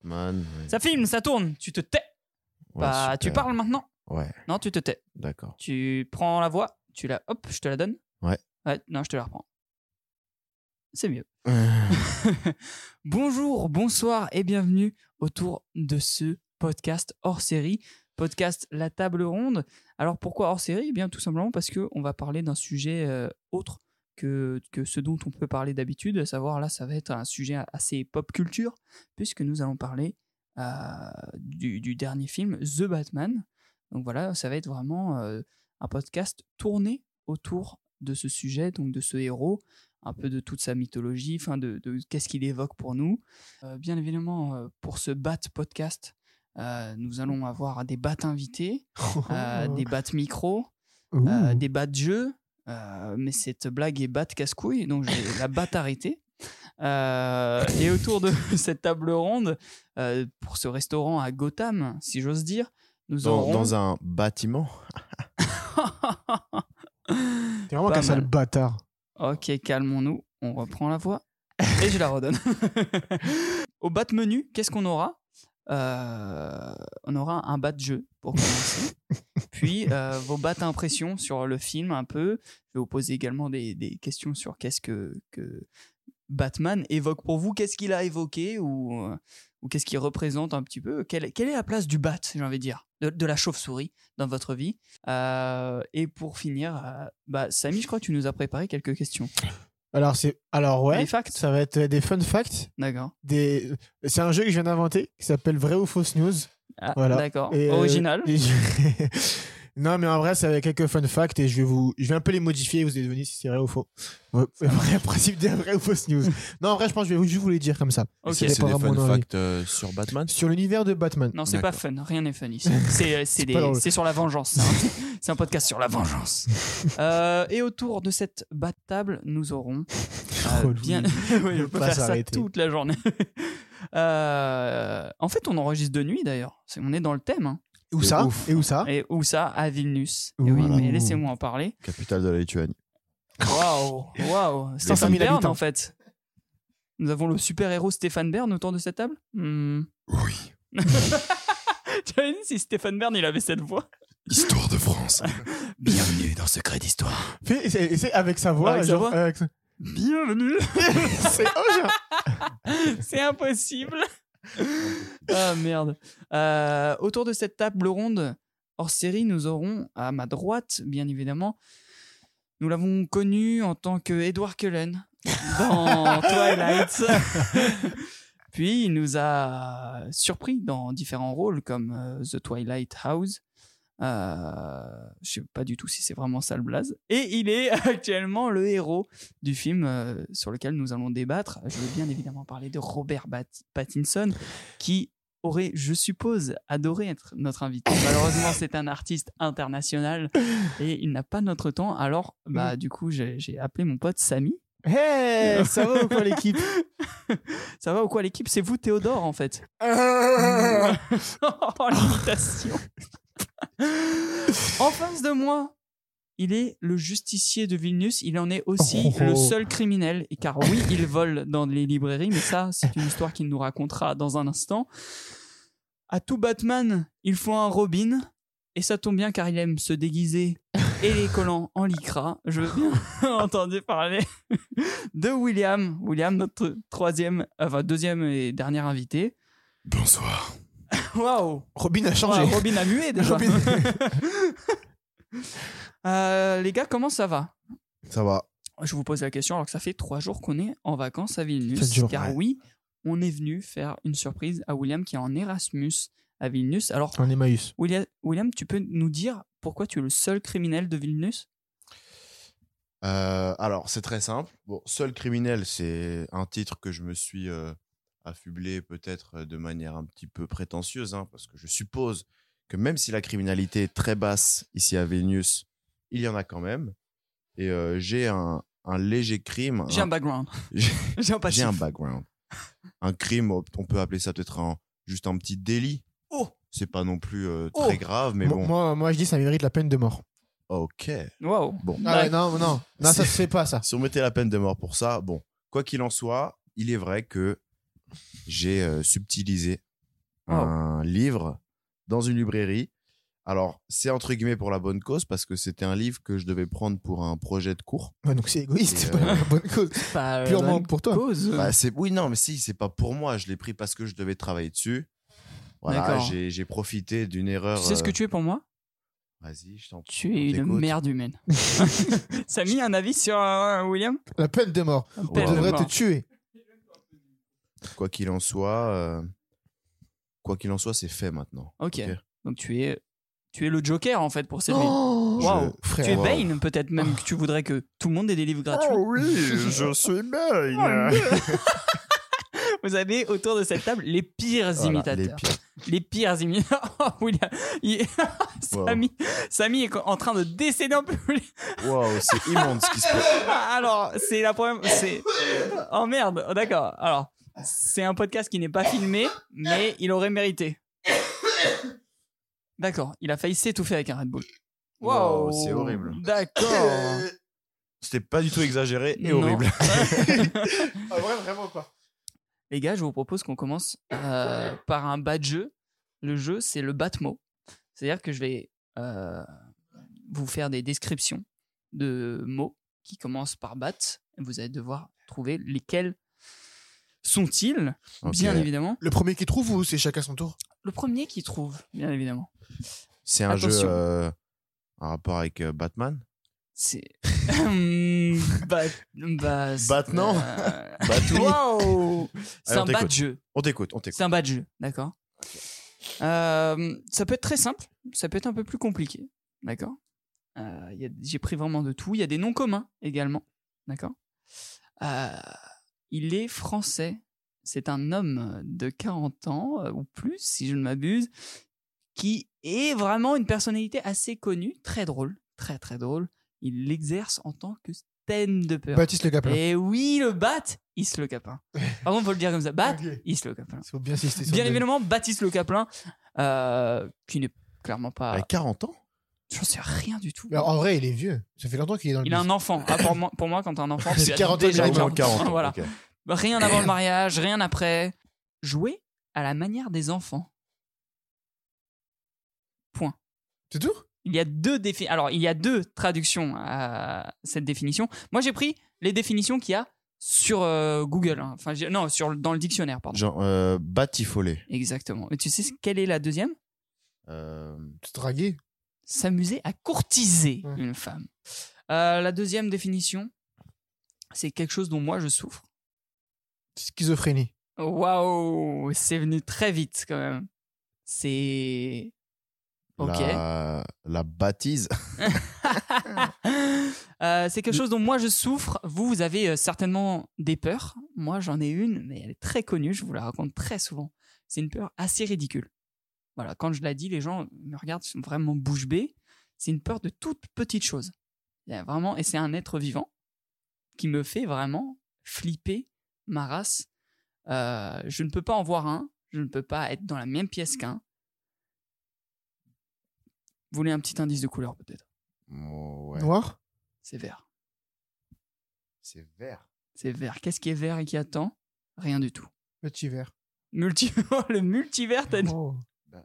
Batman. Ouais. Ça filme, ça tourne, tu te tais. Ouais, super. Tu parles maintenant. Ouais, Non, tu te tais. d'accord. Tu prends la voix, hop, je te la donne. Ouais. Non, je te la reprends. C'est mieux. Bonjour, bonsoir et bienvenue autour de ce podcast hors série, podcast La Table Ronde. Alors pourquoi hors série ? Eh bien tout simplement parce qu'on va parler d'un sujet autre que ce dont on peut parler d'habitude, à savoir là ça va être un sujet assez pop culture, puisque nous allons parler du dernier film The Batman. Donc voilà, ça va être vraiment un podcast tourné autour de ce sujet, donc de ce héros, un peu de toute sa mythologie, de qu'est-ce qu'il évoque pour nous. Bien évidemment, pour ce Bat podcast, nous allons avoir des Bat invités, des Bat micros, des Bat jeux, mais cette blague est Bat casse-couille, donc j'ai la Bat arrêtée. Et autour de cette table ronde, pour ce restaurant à Gotham, si j'ose dire, nous aurons... Dans un bâtiment. T'es vraiment qu'un sale bâtard. Ok, calmons-nous, on reprend la voix et je la redonne. Au bat menu, qu'est-ce qu'on aura ? On aura un bat de jeu pour commencer. Puis vos bat impressions sur le film un peu. Je vais vous poser également des questions sur qu'est-ce que Batman évoque pour vous. Qu'est-ce qu'il a évoqué ou qu'est-ce qu'il représente un petit peu ? Quelle est la place du bat, j'ai envie de dire, de la chauve-souris dans votre vie ? Et pour finir, Samy, je crois que tu nous as préparé quelques questions. Alors ouais, des facts. Ça va être des fun facts. D'accord. C'est un jeu que je viens d'inventer qui s'appelle Vrai ou Fausse News. Ah, voilà. D'accord. Et, original. Non, mais en vrai, c'est avec quelques fun facts et je vais un peu les modifier et vous allez devenir si c'est vrai ou faux. Ouais, vrai principe des vrais ou fausses news. Non, en vrai, je pense que je vais juste vous les dire comme ça. Ok. C'est des fun facts sur Batman. Sur l'univers de Batman. Non, c'est pas fun. Rien n'est fun ici. C'est sur la vengeance. C'est un podcast sur la vengeance. Et autour de cette table, nous aurons bien. Oui, on peut faire ça toute la journée. En fait, on enregistre de nuit d'ailleurs. On est dans le thème. Hein. Où ça ? À Vilnius. Et oui, mais laissez-moi en parler. Capitale de la Lituanie. Waouh. Stéphane Bern, en fait. Nous avons le super-héros Stéphane Bern autour de cette table. Oui. Tu as dit si Stéphane Bern, il avait cette voix. Histoire de France. Bienvenue dans Secret d'Histoire. C'est avec sa voix. Avec sa voix. Bienvenue. C'est impossible. Ah merde. Autour de cette table ronde hors série, nous aurons à ma droite, bien évidemment, nous l'avons connu en tant que Edward Cullen dans Twilight. Puis il nous a surpris dans différents rôles comme The Twilight House. Je sais pas du tout si c'est vraiment ça le blaze. Et il est actuellement le héros du film sur lequel nous allons débattre. Je veux bien évidemment parler de Robert Pattinson, qui aurait, je suppose, adoré être notre invité. Malheureusement, c'est un artiste international et il n'a pas notre temps. Alors, du coup, j'ai appelé mon pote Samy. Hey, ça va ou quoi l'équipe ? Ça va ou quoi l'équipe ? C'est vous Théodore en fait. Oh, l'imitation. En face de moi, il est le justicier de Vilnius. Il en est aussi le seul criminel. Et car oui, il vole dans les librairies, mais ça, c'est une histoire qu'il nous racontera dans un instant. À tout Batman, il faut un Robin. Et ça tombe bien car il aime se déguiser et les collants en lycra. Je veux bien entendre parler de William. William, notre deuxième et dernier invité. Bonsoir. Waouh. Robin a changé. Wow, Robin a mué déjà. Les gars, comment ça va ? Ça va. Je vous pose la question alors que ça fait 3 jours qu'on est en vacances à Vilnius. Car oui, on est venu faire une surprise à William qui est en Erasmus à Vilnius. Alors, en Emmaüs. William, tu peux nous dire pourquoi tu es le seul criminel de Vilnius ? Alors, c'est très simple. Bon, seul criminel, c'est un titre que je me suis affublé peut-être de manière un petit peu prétentieuse, hein, parce que je suppose que même si la criminalité est très basse ici à Vilnius, il y en a quand même. Et j'ai un léger crime. J'ai un background. J'ai un background. Un crime, on peut appeler ça peut-être juste un petit délit. Oh, c'est pas non plus très grave, mais bon. Moi, je dis ça mérite la peine de mort. Ok. Wow. Bon. Non, ça se fait pas, ça. Si on mettait la peine de mort pour ça, bon. Quoi qu'il en soit, il est vrai que j'ai subtilisé un livre dans une librairie. Alors, c'est entre guillemets pour la bonne cause parce que c'était un livre que je devais prendre pour un projet de cours. Ouais, donc c'est égoïste, Et, c'est pas la bonne cause. Pas la Purement bonne pour toi. cause. Bah, oui, non, mais si, c'est pas pour moi. Je l'ai pris parce que je devais travailler dessus. Voilà, D'accord. j'ai profité d'une erreur. Tu sais ce que tu es pour moi? Vas-y, je t'en prie. Tu es une t'écoute. merde humaine. Ça a mis un avis sur William? La peine de mort. Un On peine de devrait te mort. tuer. Quoi qu'il en soit, c'est fait maintenant. Ok. Ok. Donc tu es le Joker en fait pour cette vie. Oh, Waouh. frère. Tu es Wow. Bane peut-être même que tu voudrais que tout le monde ait des livres gratuits. oui, je suis Bane. Vous avez autour de cette table les pires Voilà, imitateurs. les pires. Les pires imitateurs. Oh, William. Samy est en train de décéder en public. Waouh, c'est immonde ce qui se passe. Alors, c'est la première. Oh merde, oh, d'accord. Alors, c'est un podcast qui n'est pas filmé, mais il aurait mérité. D'accord, il a failli s'étouffer avec un Red Bull. Waouh, c'est horrible. D'accord. C'était pas du tout exagéré et Non. horrible. Ah, vraiment pas. Les gars, je vous propose qu'on commence par un bas de jeu. Le jeu, c'est le Batmo. C'est-à-dire que je vais vous faire des descriptions de mots qui commencent par bat. Vous allez devoir trouver lesquels sont-ils, Ok. bien évidemment. Le premier qui trouve ou c'est chacun son tour? Le premier qui trouve, bien évidemment. C'est un Attention. jeu en rapport avec Batman. C'est. Batman. Batman. Waouh. C'est Allez, on un bas t'écoute. de jeu. On t'écoute. C'est un bas de jeu, d'accord. Ça peut être très simple, ça peut être un peu plus compliqué, d'accord. J'ai pris vraiment de tout. Il y a des noms communs également, d'accord. Il est français. C'est un homme de 40 ans ou plus, si je ne m'abuse, qui est vraiment une personnalité assez connue, très drôle, très très drôle. Il l'exerce en tant que stand de peur. Baptiste Le Caplin. Et oui, le Bat, Is Le Caplin. Par contre, faut le dire comme ça. Bat, Ok. Is Le Caplin. Il faut bien insister sur Bien le- évidemment, Baptiste Le Caplin, qui n'est clairement pas. À 40 ans. J'en sais rien du tout. Alors, en vrai, il est vieux. Ça fait longtemps qu'il est dans le Il a un business. enfant. Ah, pour moi, quand t'as un enfant, C'est tu as 40 ans, déjà il a déjà- au moins 40 ans. Voilà. ok. Rien avant le mariage, rien après. Jouer à la manière des enfants. Point. C'est tout? Il y a deux traductions à cette définition. Moi, j'ai pris les définitions qu'il y a sur Google. Hein. Enfin, non, dans le dictionnaire, pardon. Genre batifolé. Exactement. Et tu sais quelle est la deuxième? Se draguer. S'amuser à courtiser Ouais. une femme. La deuxième définition, c'est quelque chose dont moi je souffre. Schizophrénie. Waouh, c'est venu très vite quand même. C'est. Ok. La bâtise. C'est quelque chose dont moi je souffre. Vous avez certainement des peurs. Moi j'en ai une, mais elle est très connue. Je vous la raconte très souvent. C'est une peur assez ridicule. Voilà, quand je la dis, les gens me regardent, ils sont vraiment bouche bée. C'est une peur de toute petite chose. Il y a vraiment, et c'est un être vivant qui me fait vraiment flipper ma race. Je ne peux pas en voir un. Je ne peux pas être dans la même pièce qu'un. Vous voulez un petit indice de couleur peut-être? Oh, ouais. Noir? C'est vert. C'est vert. C'est vert. Qu'est-ce qui est vert et qui attend? Rien du tout. Petit vert. Le multivers, t'as dit. Oh.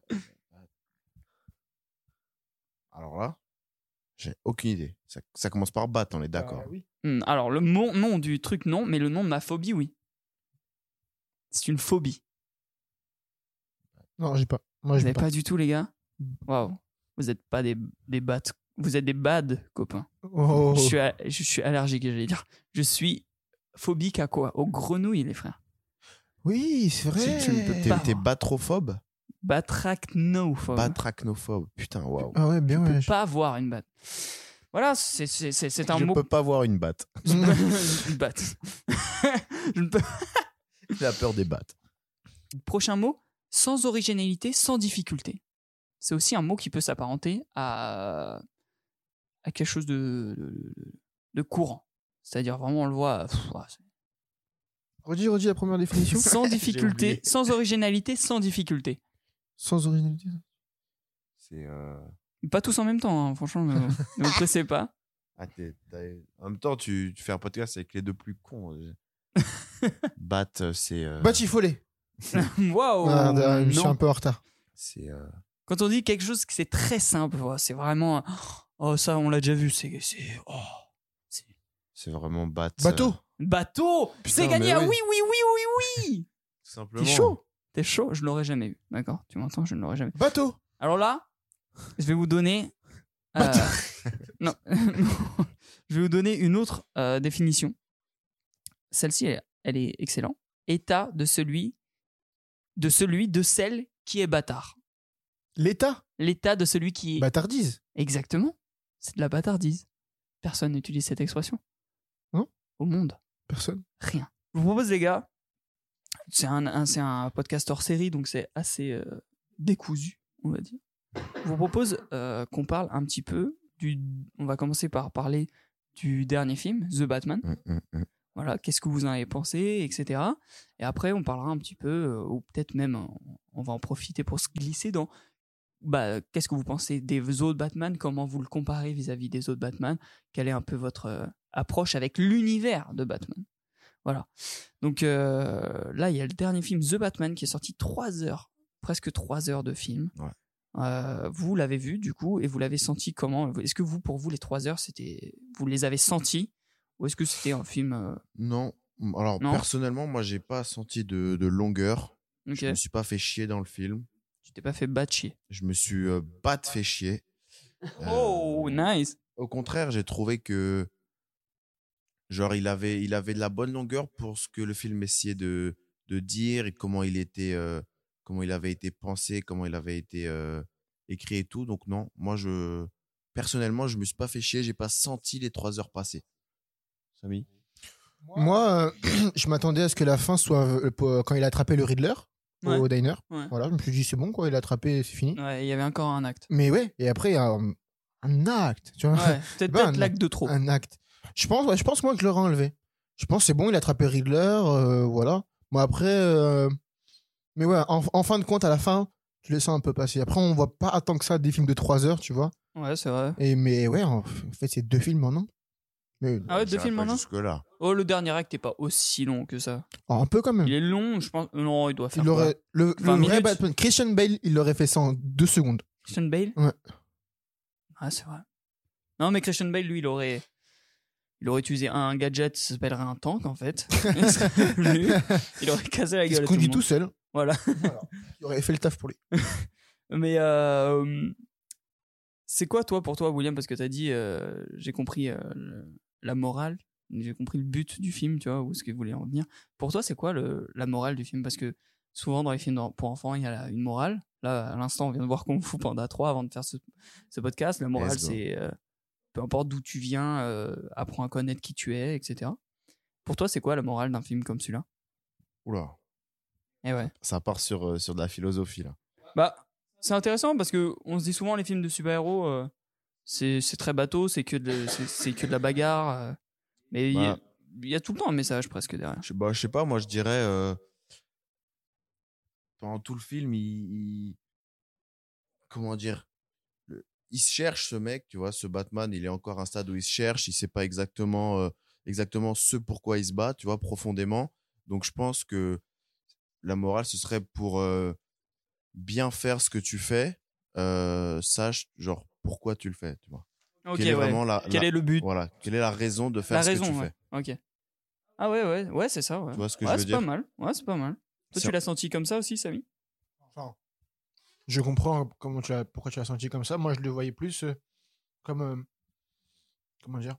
Alors là, j'ai aucune idée. Ça commence par bat, on est d'accord. Ah, oui. Alors, le nom du truc, non, mais le nom de ma phobie, oui. C'est une phobie. Non, j'ai pas. Moi, Vous j'ai n'avez pas. pas du tout, les gars? Waouh. Vous n'êtes pas des bats. Vous êtes des bad copains. Oh. Je suis allergique, j'allais dire. Je suis phobique à quoi? Aux grenouilles, les frères. Oui, c'est vrai. T'es batrophobe? Batrachnophobe. Batrachnophobe. Putain, waouh. Ah ouais, bien, Je ouais. peux pas voir une batte. Voilà, c'est un Je mot. peux pas voir une batte. Une batte. Je ne peux. J'ai la peur des battes. Prochain mot, sans originalité, sans difficulté. C'est aussi un mot qui peut s'apparenter à quelque chose de courant. C'est-à-dire vraiment, on le voit. Redis la première définition. Sans oublié. difficulté, sans originalité, sans difficulté. Sans originalité. C'est. Pas tous en même temps, hein, franchement, ne vous pressez pas. Ah, en même temps, tu fais un podcast avec les deux plus cons. Bat, c'est. Batifolé. Waouh. Je suis Non. un peu en retard. C'est Quand on dit quelque chose que c'est très simple, c'est vraiment. Oh, ça, on l'a déjà vu. Oh. c'est vraiment Bateau. Bateau. C'est Putain, gagné. mais Ah oui. oui, oui, oui, oui, oui. tout simplement. T'es chaud. T'es chaud. Je l'aurais jamais eu. D'accord. Tu m'entends. Je ne l'aurais jamais. Bateau. Alors là, je vais vous donner. Non. Je vais vous donner une autre définition. Celle-ci, elle est excellente. État de celui, de celle qui est bâtard. L'État. L'état de celui qui est. Bâtardise. Exactement. C'est de la bâtardise. Personne n'utilise cette expression. Non. Au monde. Personne. Rien. Je vous propose, les gars, c'est un podcast hors série, donc c'est assez décousu, on va dire. Je vous propose qu'on parle un petit peu on va commencer par parler du dernier film, The Batman. Voilà, qu'est-ce que vous en avez pensé, etc. Et après, on parlera un petit peu, ou peut-être même, on va en profiter pour se glisser dans qu'est-ce que vous pensez des autres Batman, comment vous le comparez vis-à-vis des autres Batman, quelle est un peu votre approche avec l'univers de Batman. Voilà. Donc là, il y a le dernier film, The Batman, qui est sorti 3 heures, presque 3 heures de film. Ouais. Vous l'avez vu, du coup, et vous l'avez senti comment? Est-ce que pour vous, les 3 heures, vous les avez sentis? Ou est-ce que c'était un film Non. Alors, Non. personnellement, moi, j'ai pas senti de longueur. Ok. Je me suis pas fait chier dans le film. Tu t'es pas fait battre chier. Je me suis pas fait chier. Oh, nice. Au contraire, j'ai trouvé que genre il avait de la bonne longueur pour ce que le film essayait de dire et comment il avait été pensé, comment il avait été écrit et tout. Donc non, moi personnellement, je me suis pas fait chier, j'ai pas senti les 3 heures passer. Samy? Moi, je m'attendais à ce que la fin soit quand il a attrapé le Riddler au diner. Ouais. Voilà, je me suis dit c'est bon quoi, il a attrapé, c'est fini. Ouais, il y avait encore un acte. Mais ouais, et après il y a un acte, tu vois. Ouais, peut-être Ben, l'acte de trop. Un acte. Je pense moi que je l'aurais enlevé. Je pense c'est bon, il a attrapé Riddler, voilà. Moi après, mais ouais, en fin de compte, à la fin, tu le sens un peu passer. Après, on voit pas tant que ça des films de 3 heures, tu vois. Ouais, c'est vrai. Mais ouais, en fait, c'est 2 films en un. Mais, Ah ouais, 2 films en un? Jusque-là. Oh, le dernier acte n'est pas aussi long que ça. un peu quand même. Il est long, je pense. Non, il doit faire Il aurait, le 20 vrai minutes. Batman, Christian Bale, il l'aurait fait ça en 2 secondes. Christian Bale? Ouais. Ah, c'est vrai. Non, mais Christian Bale, lui, il aurait utilisé un gadget, ça s'appellerait un tank, en fait. Il aurait cassé la Il gueule se à tout le conduit monde. tout seul. Voilà. Il aurait fait le taf pour lui. Mais c'est quoi, pour toi, William? Parce que t'as dit, j'ai compris la morale, j'ai compris le but du film, tu vois, où est-ce qu'il voulait en venir. Pour toi, c'est quoi la morale du film? Parce que souvent, dans les films pour enfants, il y a une morale. Là, à l'instant, on vient de voir Kung Fu Panda 3 avant de faire ce podcast. La morale, Let's go. c'est peu importe d'où tu viens, apprends à connaître qui tu es, etc. Pour toi, c'est quoi la morale d'un film comme celui-là? Oula, Eh ouais. ça part sur de la philosophie là. Bah, c'est intéressant parce que on se dit souvent les films de super-héros, c'est très bateau, c'est que de la bagarre. Mais il y a tout le temps un message presque derrière. Je sais pas, moi je dirais pendant tout le film, comment dire, il se cherche ce mec, tu vois, ce Batman, il est encore à un stade où il se cherche, il sait pas exactement ce pourquoi il se bat, tu vois, profondément. Donc je pense que la morale ce serait pour bien faire ce que tu fais, sache genre pourquoi tu le fais, tu vois. Ok, Quelle est ouais. vraiment Quel est le but? voilà, quelle est la raison de faire La ce raison, que tu ouais. fais. Ok. Ah ouais, c'est ça, ouais. Tu vois ce que Ouais, je veux c'est dire? pas mal. Ouais, c'est pas mal. Toi, C'est- tu l'as senti comme ça aussi, Samy? Enfin, je comprends pourquoi tu l'as senti comme ça. Moi, je le voyais plus comme. Comment dire?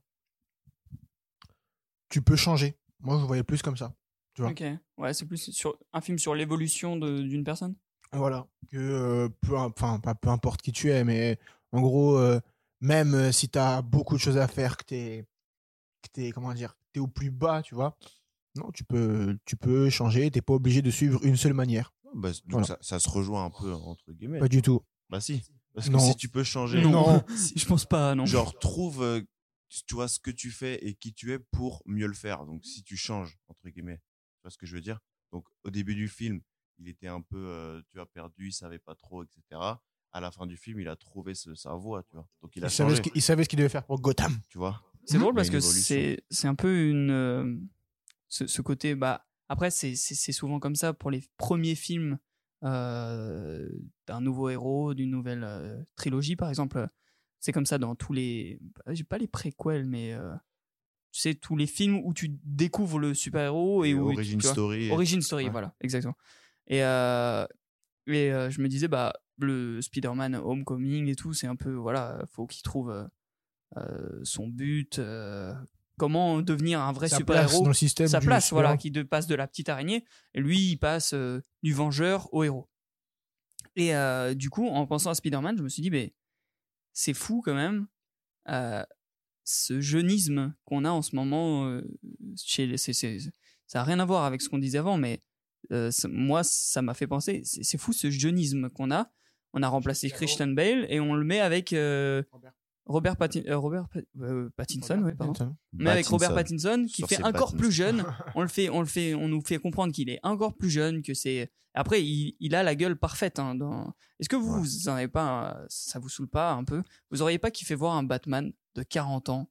Tu peux changer. Moi, je le voyais plus comme ça. Tu vois. Ok. Ouais, c'est plus un film sur l'évolution d'une personne. Voilà. Que peu importe qui tu es, mais en gros, même si tu as beaucoup de choses à faire, que t'es comment dire, t'es au plus bas, tu vois. Non, tu peux changer. T'es pas obligé de suivre une seule manière. Bah, donc Voilà. ça se rejoint un peu entre guillemets. Pas du tout. Bah si. Parce que Non. si tu peux changer, Non. Je pense pas, non. genre trouve tu vois ce que tu fais et qui tu es pour mieux le faire. Donc si tu changes entre guillemets, tu vois ce que je veux dire. Donc au début du film, il était un peu tu as perdu, il savait pas trop, etc. À la fin du film, il a trouvé sa voie, tu vois. Donc il a changé, Il savait ce qu'il devait faire pour Gotham. tu vois. C'est drôle Il y a parce une que évolution. c'est un peu ce côté. Bah, Après, c'est souvent comme ça pour les premiers films d'un nouveau héros, d'une nouvelle trilogie, par exemple. C'est comme ça dans tous les... Pas les préquels, mais... tu sais, tous les films où tu découvres le super-héros et où... Origin Story. Origin Story, ouais. voilà, exactement. Et je me disais, le Spider-Man Homecoming et tout, c'est un peu, voilà, faut qu'il trouve son but, comment devenir un vrai Sa super-héros. place dans le système Sa du place, super-héros. voilà, qui passe de la petite araignée, et lui, il passe du vengeur au héros. Et du coup, en pensant à Spider-Man, je me suis dit, mais c'est fou quand même, ce jeunisme qu'on a en ce moment, ça n'a rien à voir avec ce qu'on disait avant, mais moi, ça m'a fait penser, c'est fou ce jeunisme qu'on a. On a remplacé Christian Bale et on le met avec Pattinson, ouais, pardon. Mais avec Robert Pattinson qui fait encore plus jeune. On nous fait comprendre qu'il est encore plus jeune, que c'est. Après, il a la gueule parfaite. Hein, Est-ce que vous en avez pas, ça vous saoule pas un peu? Vous auriez pas kiffé voir un Batman de 40 ans?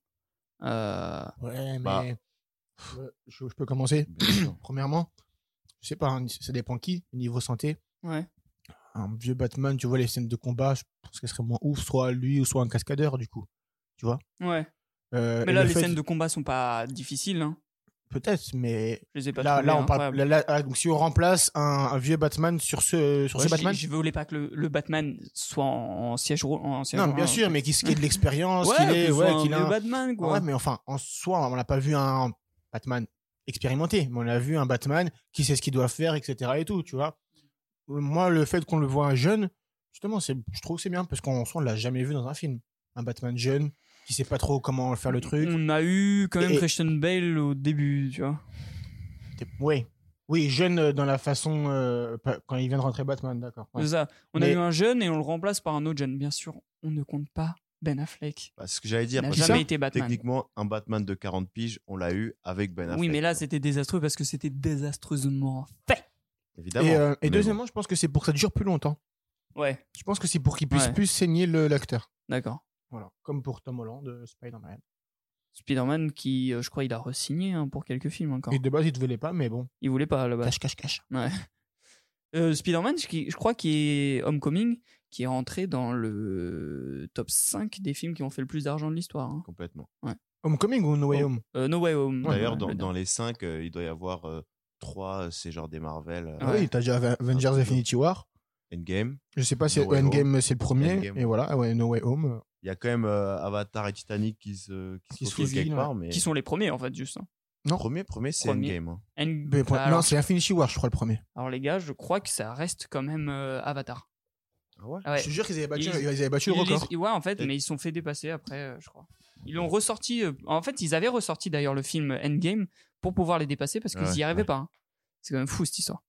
Ouais, mais je peux commencer. Premièrement, je sais pas, hein, ça dépend qui, niveau santé. Ouais. Un vieux Batman, tu vois, les scènes de combat, je pense que ce serait moins ouf, soit lui ou soit un cascadeur, du coup. Tu vois? Ouais. Mais là, les scènes de combat sont pas difficiles. Hein. Peut-être, mais je les ai pas là, on parle. Là, donc, si on remplace un vieux Batman sur ce Batman. Je voulais pas que le Batman soit en siège roulant. Non, bien sûr, mais qu'il ait de l'expérience, qu'il ait un Batman, quoi. Ouais, mais enfin, en soi, on n'a pas vu un Batman expérimenté, mais on a vu un Batman qui sait ce qu'il doit faire, etc. et tout, tu vois. Moi, le fait qu'on le voit jeune, justement, je trouve que c'est bien parce qu'on ne l'a jamais vu dans un film. Un Batman jeune qui sait pas trop comment faire le truc. On a eu quand même Christian Bale au début, tu vois. Oui, jeune dans la façon quand il vient de rentrer Batman, d'accord. Ouais. C'est ça. On a eu un jeune et on le remplace par un autre jeune. Bien sûr, on ne compte pas Ben Affleck. C'est ce que j'allais dire. Il n'a jamais été Batman. Techniquement, un Batman de 40 piges, on l'a eu avec Ben Affleck. Oui, mais là, c'était désastreux parce que c'était désastreusement fait. Évidemment. Et deuxièmement, je pense que c'est pour que ça dure plus longtemps. Ouais. Je pense que c'est pour qu'il puisse plus saigner l'acteur. D'accord. Voilà. Comme pour Tom Holland, Spider-Man. Spider-Man qui, je crois, il a re-signé pour quelques films encore. Et de base, il ne voulait pas, mais bon. Il voulait pas, là-bas. Cache. Ouais. Spider-Man, je crois qu'il est Homecoming, qui est rentré dans le top 5 des films qui ont fait le plus d'argent de l'histoire. Hein. Complètement. Ouais. Homecoming ou No Way Home No Way Home. D'ailleurs, dans les 5, il doit y avoir 3, c'est genre des Marvel. Oui, t'as déjà Avengers Infinity War. Endgame. Je sais pas si Endgame c'est le premier. Endgame. Et voilà, No Way Home. Il y a quand même Avatar et Titanic qui se font quelque part. Mais... Qui sont les premiers, en fait, juste. Hein. Non. Premier, c'est Endgame. Hein. Non, c'est Infinity War, je crois, le premier. Alors, les gars, je crois que ça reste quand même Avatar. Ah ouais, Je te jure qu'ils avaient battu le record. Ouais, en fait, mais ils se sont fait dépasser après, je crois. Ils l'ont ressorti. En fait, ils avaient ressorti d'ailleurs le film Endgame pour pouvoir les dépasser parce qu'ils n'y arrivaient pas. Hein. C'est quand même fou cette histoire.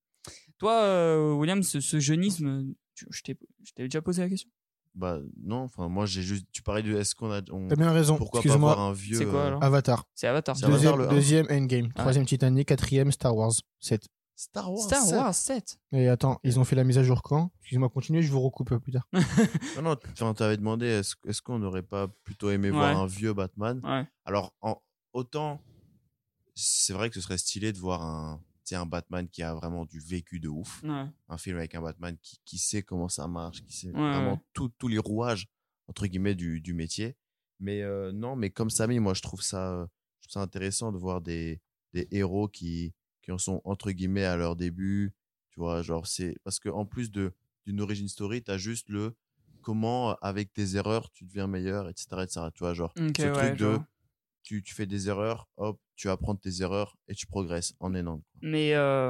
Toi, William, ce jeunisme, je t'ai déjà posé la question? Non, enfin moi j'ai juste. Tu parlais de est-ce qu'on a. T'as bien raison. Pourquoi pas avoir un vieux. C'est quoi alors? Avatar. C'est Avatar. Deuxième Endgame. Troisième Titanic. Quatrième Star Wars 7. Star Wars 7. Et attends, ils ont fait la mise à jour quand? Excuse-moi, continuez, je vous recoupe plus tard. Non, t'avais demandé est-ce qu'on n'aurait pas plutôt aimé voir un vieux Batman? Ouais. Alors, autant, c'est vrai que ce serait stylé de voir un Batman qui a vraiment du vécu de ouf. Ouais. Un film avec un Batman qui sait comment ça marche, qui sait vraiment tous les rouages, entre guillemets, du métier. Mais non, mais comme Samy, moi, je trouve ça intéressant de voir des héros qui en sont entre guillemets à leur début, tu vois, genre c'est parce que en plus d'une origin story, t'as juste le comment avec tes erreurs tu deviens meilleur, etc., tu vois, genre ce truc de tu fais des erreurs, hop, tu apprends de tes erreurs et tu progresses en énorme. Mais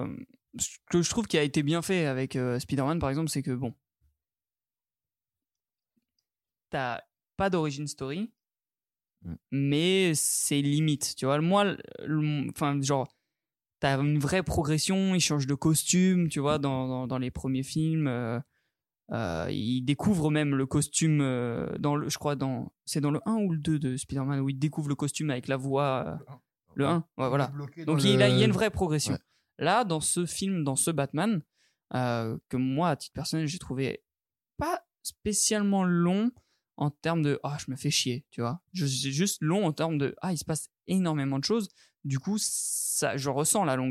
ce que je trouve qui a été bien fait avec Spider-Man par exemple, c'est que bon, t'as pas d'origin story, mais c'est limite, tu vois. Moi, enfin genre t'as une vraie progression, il change de costume, tu vois, dans les premiers films. Il découvre même le costume je crois c'est dans le 1 ou le 2 de Spider-Man où il découvre le costume avec la voix. Le 1, ouais, voilà. Donc il y a une vraie progression. Ouais. Là, dans ce film, dans ce Batman, que moi, à titre personnel, j'ai trouvé pas spécialement long en termes de je me fais chier, tu vois. C'est juste long en termes de il se passe énormément de choses. Du coup, ça, je ressens la longueur.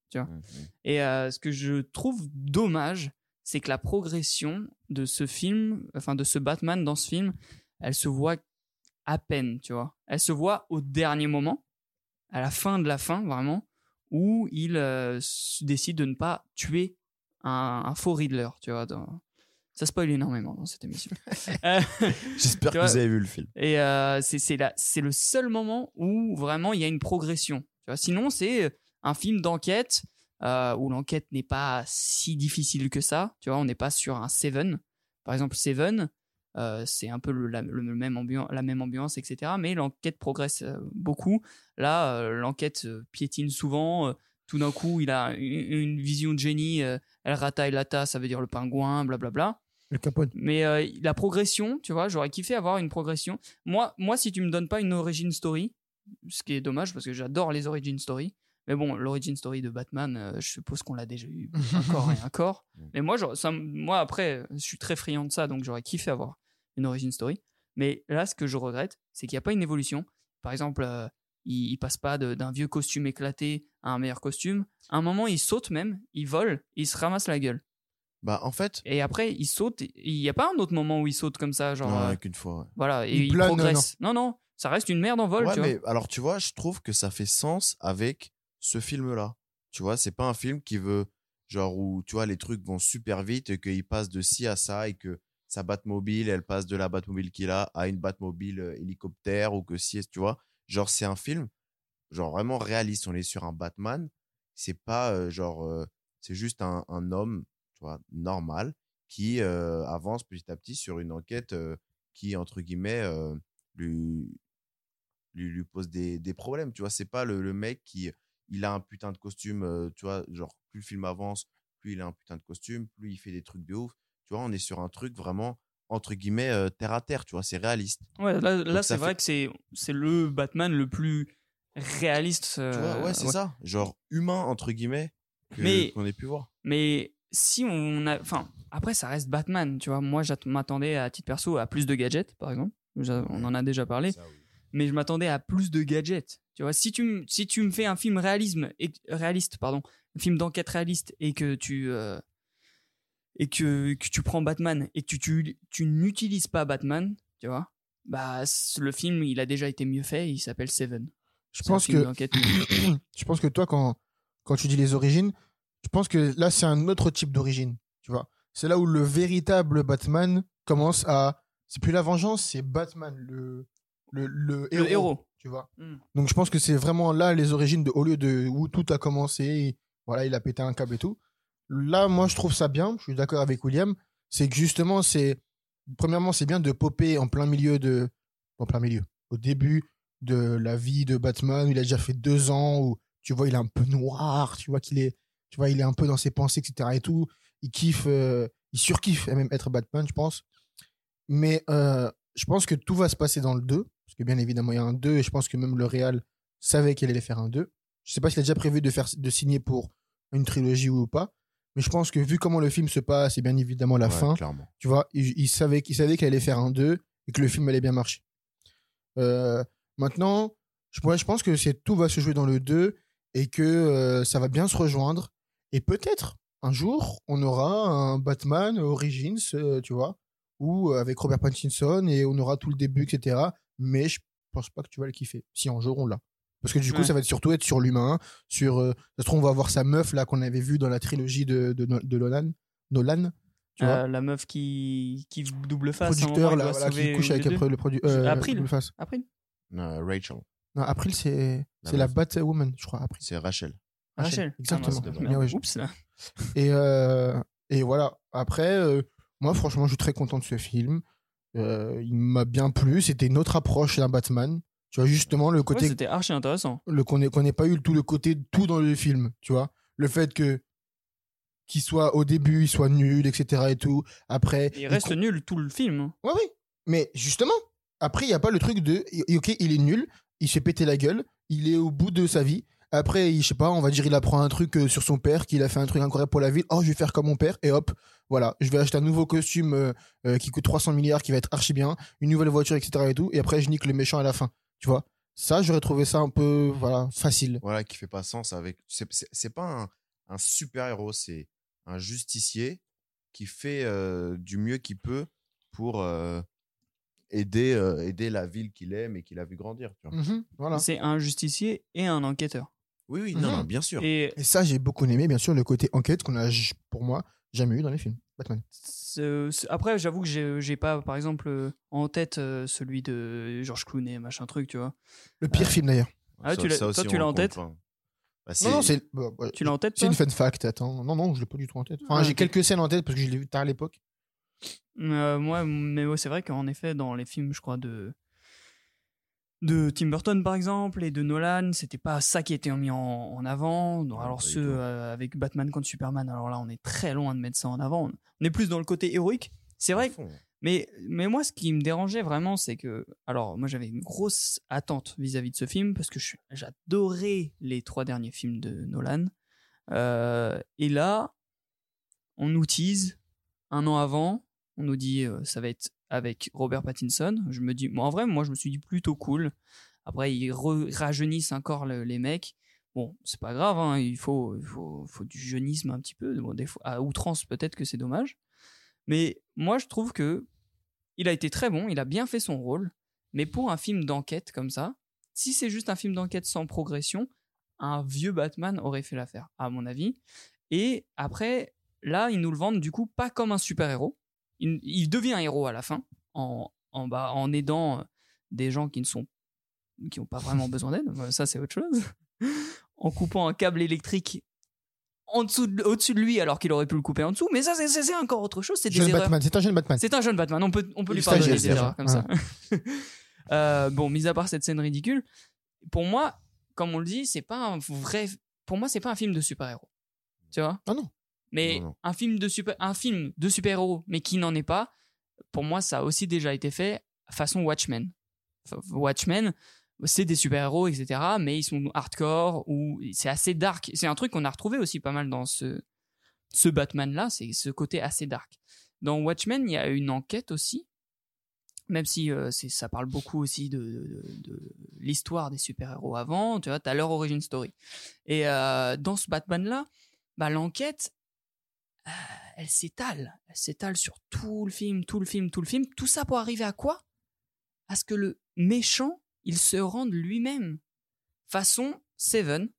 tu vois. Mhm. Et ce que je trouve dommage, c'est que la progression de ce film, enfin de ce Batman dans ce film, elle se voit à peine, tu vois. Elle se voit au dernier moment, à la fin de la fin, vraiment, où il décide de ne pas tuer un faux Riddler, tu vois. Ça spoil énormément dans cette émission. Euh, J'espère Tu que vois, vous avez vu le film. et c'est le seul moment où vraiment il y a une progression. Tu vois, sinon, c'est un film d'enquête où l'enquête n'est pas si difficile que ça. Tu vois, on n'est pas sur un Seven. Par exemple, Seven, c'est un peu la même ambiance, etc. Mais l'enquête progresse beaucoup. Là, l'enquête piétine souvent. Tout d'un coup, il a une vision de génie. El Rata et Lata, ça veut dire le pingouin, blablabla. Le Capone. Mais la progression, tu vois, j'aurais kiffé avoir une progression. Moi, si tu me donnes pas une origin story, ce qui est dommage parce que j'adore les origin story. Mais bon, l'origin story de Batman, je suppose qu'on l'a déjà eu encore et encore. Mais moi, moi, après, je suis très friand de ça, donc j'aurais kiffé avoir une origin story. Mais là, ce que je regrette, c'est qu'il n'y a pas une évolution. Par exemple, il passe pas d'un vieux costume éclaté à un meilleur costume. À un moment, il saute même, il vole, il se ramasse la gueule. Bah, en fait, Et après, il saute. Il n'y a pas un autre moment où il saute comme ça, genre. non, qu'une fois. Ouais. Voilà, et Il il plane, progresse. Non, ça reste une merde en vol, Ouais, tu vois. mais alors, tu vois, je trouve que ça fait sens avec ce film-là. Tu vois, c'est pas un film qui veut, genre, où, tu vois, les trucs vont super vite et qu'il passe de ci à ça et que sa Batmobile, elle passe de la Batmobile qu'il a à une Batmobile hélicoptère ou que si, tu vois. Genre, c'est un film, genre, vraiment réaliste. On est sur un Batman. C'est pas, c'est juste un homme, tu vois, normal qui avance petit à petit sur une enquête qui, entre guillemets, lui, lui pose des problèmes. Tu vois, c'est pas le mec qui il a un putain de costume, tu vois, genre plus le film avance, plus il a un putain de costume, plus il fait des trucs de ouf. Tu vois, on est sur un truc vraiment entre guillemets terre à terre, tu vois, c'est réaliste. Ouais, là Donc, c'est ça vrai fait- que c'est le Batman le plus réaliste. Tu vois, ouais, c'est ça, genre humain entre guillemets Mais- qu'on ait pu voir. Mais si on a. Enfin, après, ça reste Batman, tu vois. Moi, je m'attendais à titre perso à plus de gadgets, par exemple. On en a déjà parlé. Ça, oui. Mais je m'attendais à plus de gadgets. Tu vois, si tu me fais un film réaliste, pardon, un film d'enquête réaliste et que tu prends Batman et que tu n'utilises pas Batman, tu vois, bah le film il a déjà été mieux fait, il s'appelle Seven. Je C'est un pense film que d'enquête. je pense que toi, quand tu dis les origines, je pense que là, c'est un autre type d'origine. Tu vois, c'est là où le véritable Batman commence à. C'est plus la vengeance, c'est Batman, le Le héros. Tu vois. Mm. Donc je pense que c'est vraiment là les origines au lieu de où tout a commencé. Et voilà, il a pété un câble et tout. Là, moi, je trouve ça bien. Je suis d'accord avec William. C'est que justement, premièrement, c'est bien de popper en plein milieu au début de la vie de Batman, où il a déjà fait 2 ans, où tu vois, il est un peu noir, tu vois il est un peu dans ses pensées, etc. et tout. Il kiffe, il surkiffe même être Batman, je pense. Mais je pense que tout va se passer dans le 2, parce que bien évidemment, il y a un 2, et je pense que même le Real savait qu'il allait faire un 2. Je sais pas s'il a déjà prévu de signer pour une trilogie ou pas, mais je pense que vu comment le film se passe, et bien évidemment la Ouais, fin, clairement. tu vois, il savait qu'il allait faire un 2 et que le film allait bien marcher. Maintenant, je pense que tout va se jouer dans le 2 et que ça va bien se rejoindre. Et peut-être, un jour, on aura un Batman Origins, tu vois, ou avec Robert Pattinson et on aura tout le début, etc. Mais je pense pas que tu vas le kiffer. Si un jour on l'a. Parce que du coup, Ouais. ça va surtout être sur l'humain, sur. Ça se trouve, on va voir sa meuf là qu'on avait vue dans la trilogie de Nolan, tu vois. La meuf qui double face. Producteur à un moment, là, il doit voilà, qui sauver couche une avec des deux. le producteur. April. Après. Rachel, Non, April, c'est La la meuf. Batwoman, je crois. April. c'est Rachel. Rachel. Exactement. Ah, mince, Bien, ouais. Oups là. Et voilà. Après, moi, franchement, je suis très content de ce film. Il m'a bien plu. C'était une autre approche d'un Batman. Tu vois, justement, le Ouais, côté c'était archi intéressant. qu'on n'ait pas eu tout le côté tout dans le film. Tu vois, le fait qu'il soit au début, il soit nul, etc. et tout. Après, Il reste nul tout le film. Hein. Ouais, oui. Mais justement, après, il n'y a pas le truc de. Ok, il est nul, il se fait péter la gueule, il est au bout de sa vie. Après, je sais pas, on va dire, il apprend un truc sur son père, qu'il a fait un truc incroyable pour la ville. Oh, je vais faire comme mon père, et hop, voilà. Je vais acheter un nouveau costume qui coûte 300 milliards, qui va être archi bien, une nouvelle voiture, etc. et tout. Et après, je nique le méchant à la fin. Tu vois, ça, j'aurais trouvé ça un peu, voilà, facile. Voilà, qui fait pas sens avec. C'est pas un super-héros, c'est un justicier qui fait du mieux qu'il peut pour aider la ville qu'il aime et qu'il a vu grandir. Tu vois. Voilà. C'est un justicier et un enquêteur. Oui, non, bien sûr. Et Et ça, j'ai beaucoup aimé, bien sûr, le côté enquête qu'on a, pour moi, jamais eu dans les films Batman. après, j'avoue que j'ai pas, par exemple, en tête celui de George Clooney, machin truc, tu vois. Le pire film, d'ailleurs. Ah, Ça- tu l'as- ça aussi, toi, tu on l'as en compte tête pas. Bah, Non, c'est... Tu l'as en tête, C'est toi une fun fact, attends. Non, je l'ai pas du tout en tête. Enfin, Ah, j'ai ok. quelques scènes en tête parce que je l'ai vu tard à l'époque. Moi, mais ouais, c'est vrai qu'en effet, dans les films, je crois, de Tim Burton, par exemple, et de Nolan, c'était pas ça qui était mis en avant. Ouais, Alors, pas du ceux tout. avec Batman contre Superman, alors là, on est très loin de mettre ça en avant. On est plus dans le côté héroïque. C'est vrai, À fond. mais moi, ce qui me dérangeait vraiment, c'est que. Alors, moi, j'avais une grosse attente vis-à-vis de ce film, parce que j'adorais les 3 derniers films de Nolan. Et là, on nous tease 1 an avant, on nous dit ça va être avec Robert Pattinson. Je me dis, bon, en vrai, moi, je me suis dit plutôt cool. Après, ils rajeunissent encore les mecs. Bon, c'est pas grave, hein, il faut du jeunisme un petit peu. Bon, des fois, à outrance, peut-être que c'est dommage. Mais moi, je trouve que il a été très bon, il a bien fait son rôle. Mais pour un film d'enquête comme ça, si c'est juste un film d'enquête sans progression, un vieux Batman aurait fait l'affaire, à mon avis. Et après, là, ils nous le vendent du coup pas comme un super-héros. Il devient un héros à la fin, en aidant des gens qui n'ont pas vraiment besoin d'aide. Ça, c'est autre chose. En coupant un câble électrique au-dessus de lui, alors qu'il aurait pu le couper en dessous. Mais ça, c'est encore autre chose. C'est des Jeune erreurs. Batman, c'est un jeune Batman. C'est un jeune Batman. On peut lui Il pardonner s'agit, des erreurs comme ça. ouais. Bon, mis à part cette scène ridicule, pour moi, comme on le dit, c'est pas un vrai. Pour moi, c'est pas un film de super-héros. Tu vois? Ah non. Mais Non. un film de super-héros, mais qui n'en est pas, pour moi, ça a aussi déjà été fait façon Watchmen. Watchmen, c'est des super-héros, etc., mais ils sont hardcore, ou c'est assez dark. C'est un truc qu'on a retrouvé aussi pas mal dans ce Batman-là, c'est ce côté assez dark. Dans Watchmen, il y a une enquête aussi, même si ça parle beaucoup aussi de l'histoire des super-héros avant, tu vois, t'as leur origin story. Et dans ce Batman-là, bah, l'enquête, elle s'étale sur tout le film. Tout ça pour arriver à quoi? À ce que le méchant, il se rende lui-même. Façon Seven.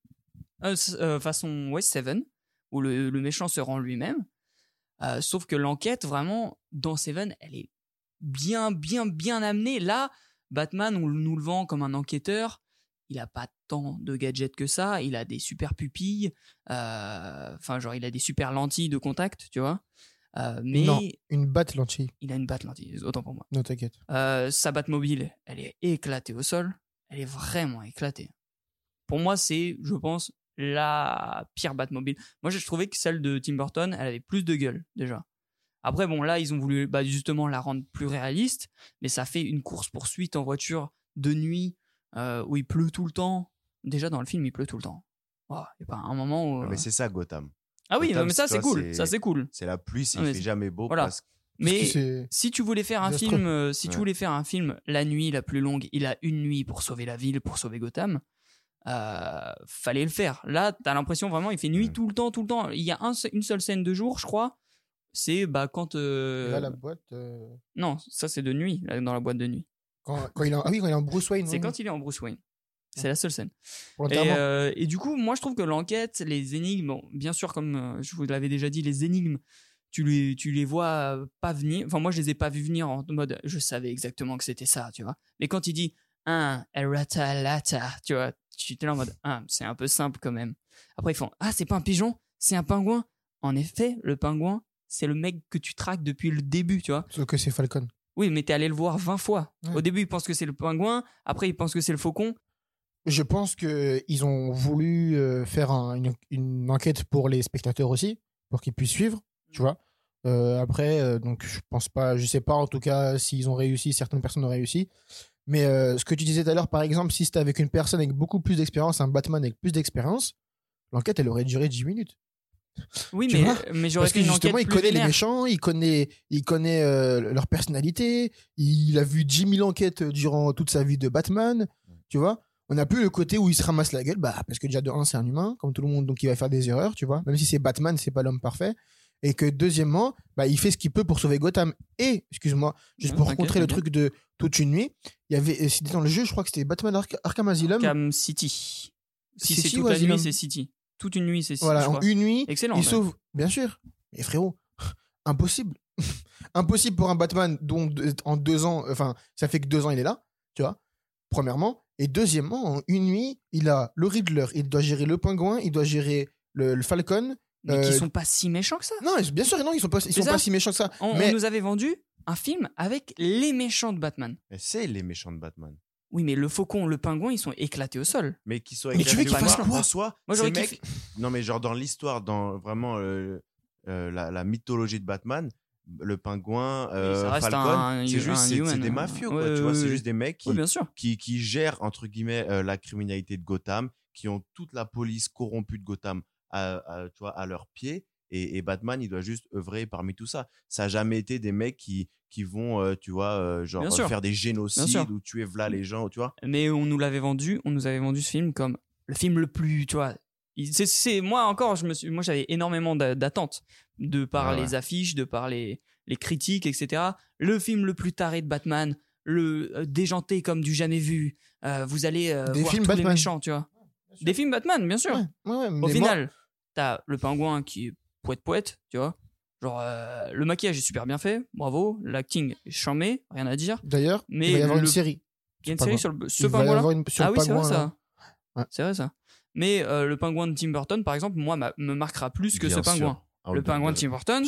Seven, où le méchant se rend lui-même. Sauf que l'enquête, vraiment, dans Seven, elle est bien amenée. Là, Batman, on nous le vend comme un enquêteur. Il a pas tant de gadgets que ça. Il a des super pupilles. Il a des super lentilles de contact, tu vois. Mais Non, une batte lentille. il a une batte lentille, autant pour moi. Non, t'inquiète. Sa Batmobile, elle est éclatée au sol. Elle est vraiment éclatée. Pour moi, c'est, je pense, la pire Batmobile. Moi, je trouvais que celle de Tim Burton, elle avait plus de gueule, déjà. Après, bon, là, ils ont voulu justement la rendre plus réaliste, mais ça fait une course-poursuite en voiture de nuit où il pleut tout le temps. Déjà, dans le film, il pleut tout le temps. Il n'y a pas un moment où... Mais c'est ça, Gotham. Ah oui, Gotham, mais ça, c'est toi, cool. Ça, c'est cool. C'est la pluie, Ah, mais il fait jamais beau. voilà. Parce que Mais c'est si tu voulais faire un désastreux. film, tu voulais faire un film la nuit la plus longue, il a une nuit pour sauver la ville, pour sauver Gotham. Fallait le faire. Là, t'as l'impression vraiment, il fait nuit tout le temps. Il y a une seule scène de jour, je crois. C'est quand. là, la boîte. Non, ça c'est de nuit, là, dans la boîte de nuit. Quand il est quand il est en Bruce Wayne. C'est oui. quand il est en Bruce Wayne. C'est la seule scène. Volontairement. Et du coup, moi, je trouve que l'enquête, les énigmes, bon, bien sûr, comme je vous l'avais déjà dit, les énigmes, tu les vois pas venir. Enfin, moi, je les ai pas vus venir en mode, je savais exactement que c'était ça, tu vois. Mais quand il dit errata lata, tu vois, tu es là en mode, c'est un peu simple quand même. Après, ils font, c'est pas un pigeon, c'est un pingouin. En effet, le pingouin, c'est le mec que tu traques depuis le début, tu vois. Sauf que c'est Falcon. Oui, mais t'es allé le voir 20 fois. Ouais. Au début, ils pensent que c'est le pingouin. Après, ils pensent que c'est le faucon. Je pense qu'ils ont voulu faire une enquête pour les spectateurs aussi, pour qu'ils puissent suivre, tu vois. Après, donc je pense pas, je sais pas en tout cas s'ils ont réussi, certaines personnes ont réussi. Mais ce que tu disais tout à l'heure, par exemple, si c'était avec une personne avec beaucoup plus d'expérience, un Batman avec plus d'expérience, l'enquête elle aurait duré 10 minutes. Oui, Tu vois, mais j'aurais Parce que fait une justement, enquête il plus connaît les vénère. méchants, il connaît leur personnalité, il a vu 10 000 enquêtes durant toute sa vie de Batman, tu vois. On n'a plus le côté où il se ramasse la gueule, parce que déjà de un, c'est un humain, comme tout le monde, donc il va faire des erreurs, tu vois. Même si c'est Batman, c'est pas l'homme parfait. Et que deuxièmement, il fait ce qu'il peut pour sauver Gotham. Et, excuse-moi, juste pour rencontrer le truc de toute une nuit, il y avait, c'était dans le jeu, je crois que c'était Batman Arkham Asylum. Arkham City. Si City c'est toute ou la Asylum nuit, c'est City. Toute une nuit, c'est City. Voilà, je en crois. une nuit, Excellent. il sauve, bien sûr. Mais frérot, impossible. Impossible pour un Batman dont en 2 ans, enfin, ça fait que 2 ans il est là, tu vois, premièrement. Et deuxièmement, en une nuit, il a le Riddler, il doit gérer le Pingouin, il doit gérer le Falcon. Mais qui sont pas si méchants que ça. Non, bien sûr, non, ils sont pas si méchants que ça. On nous avait vendu un film avec les méchants de Batman. Mais c'est les méchants de Batman. Oui, mais le Faucon, le Pingouin, ils sont éclatés au sol. Mais qui sont Mais tu veux qu'ils fassent quoi en soi, Moi, j'aurais ces kiffé. mecs... Non, mais genre dans l'histoire, dans vraiment la mythologie de Batman, le Pingouin, ça reste Falcon, c'est juste c'est human, des mafieux, quoi, tu vois, c'est juste des mecs Oui, bien sûr. qui gèrent entre guillemets la criminalité de Gotham, qui ont toute la police corrompue de Gotham tu vois, à leurs pieds. Et Batman, il doit juste œuvrer parmi tout ça. Ça n'a jamais été des mecs qui vont, tu vois, genre faire des génocides ou tuer v'là les gens, tu vois. Mais on nous avait vendu ce film comme le film le plus, tu vois. Moi encore, moi j'avais énormément d'attentes de par les affiches, de par les critiques, etc. Le film le plus taré de Batman, le déjanté comme du jamais vu. Vous allez voir tous les méchants, tu vois. Des films Batman, bien sûr. Ouais, Au final, t'as le Pingouin qui est poète, tu vois. Genre, le maquillage est super bien fait, bravo. L'acting est charmé, rien à dire. D'ailleurs, il va y avoir une série. Il y a une série sur ce Pingouin-là. Ah oui, c'est vrai ça. Ouais. C'est vrai ça. Mais le Pingouin de Tim Burton, par exemple, moi, me marquera plus que ce Pingouin. Le Pingouin de Tim Burton,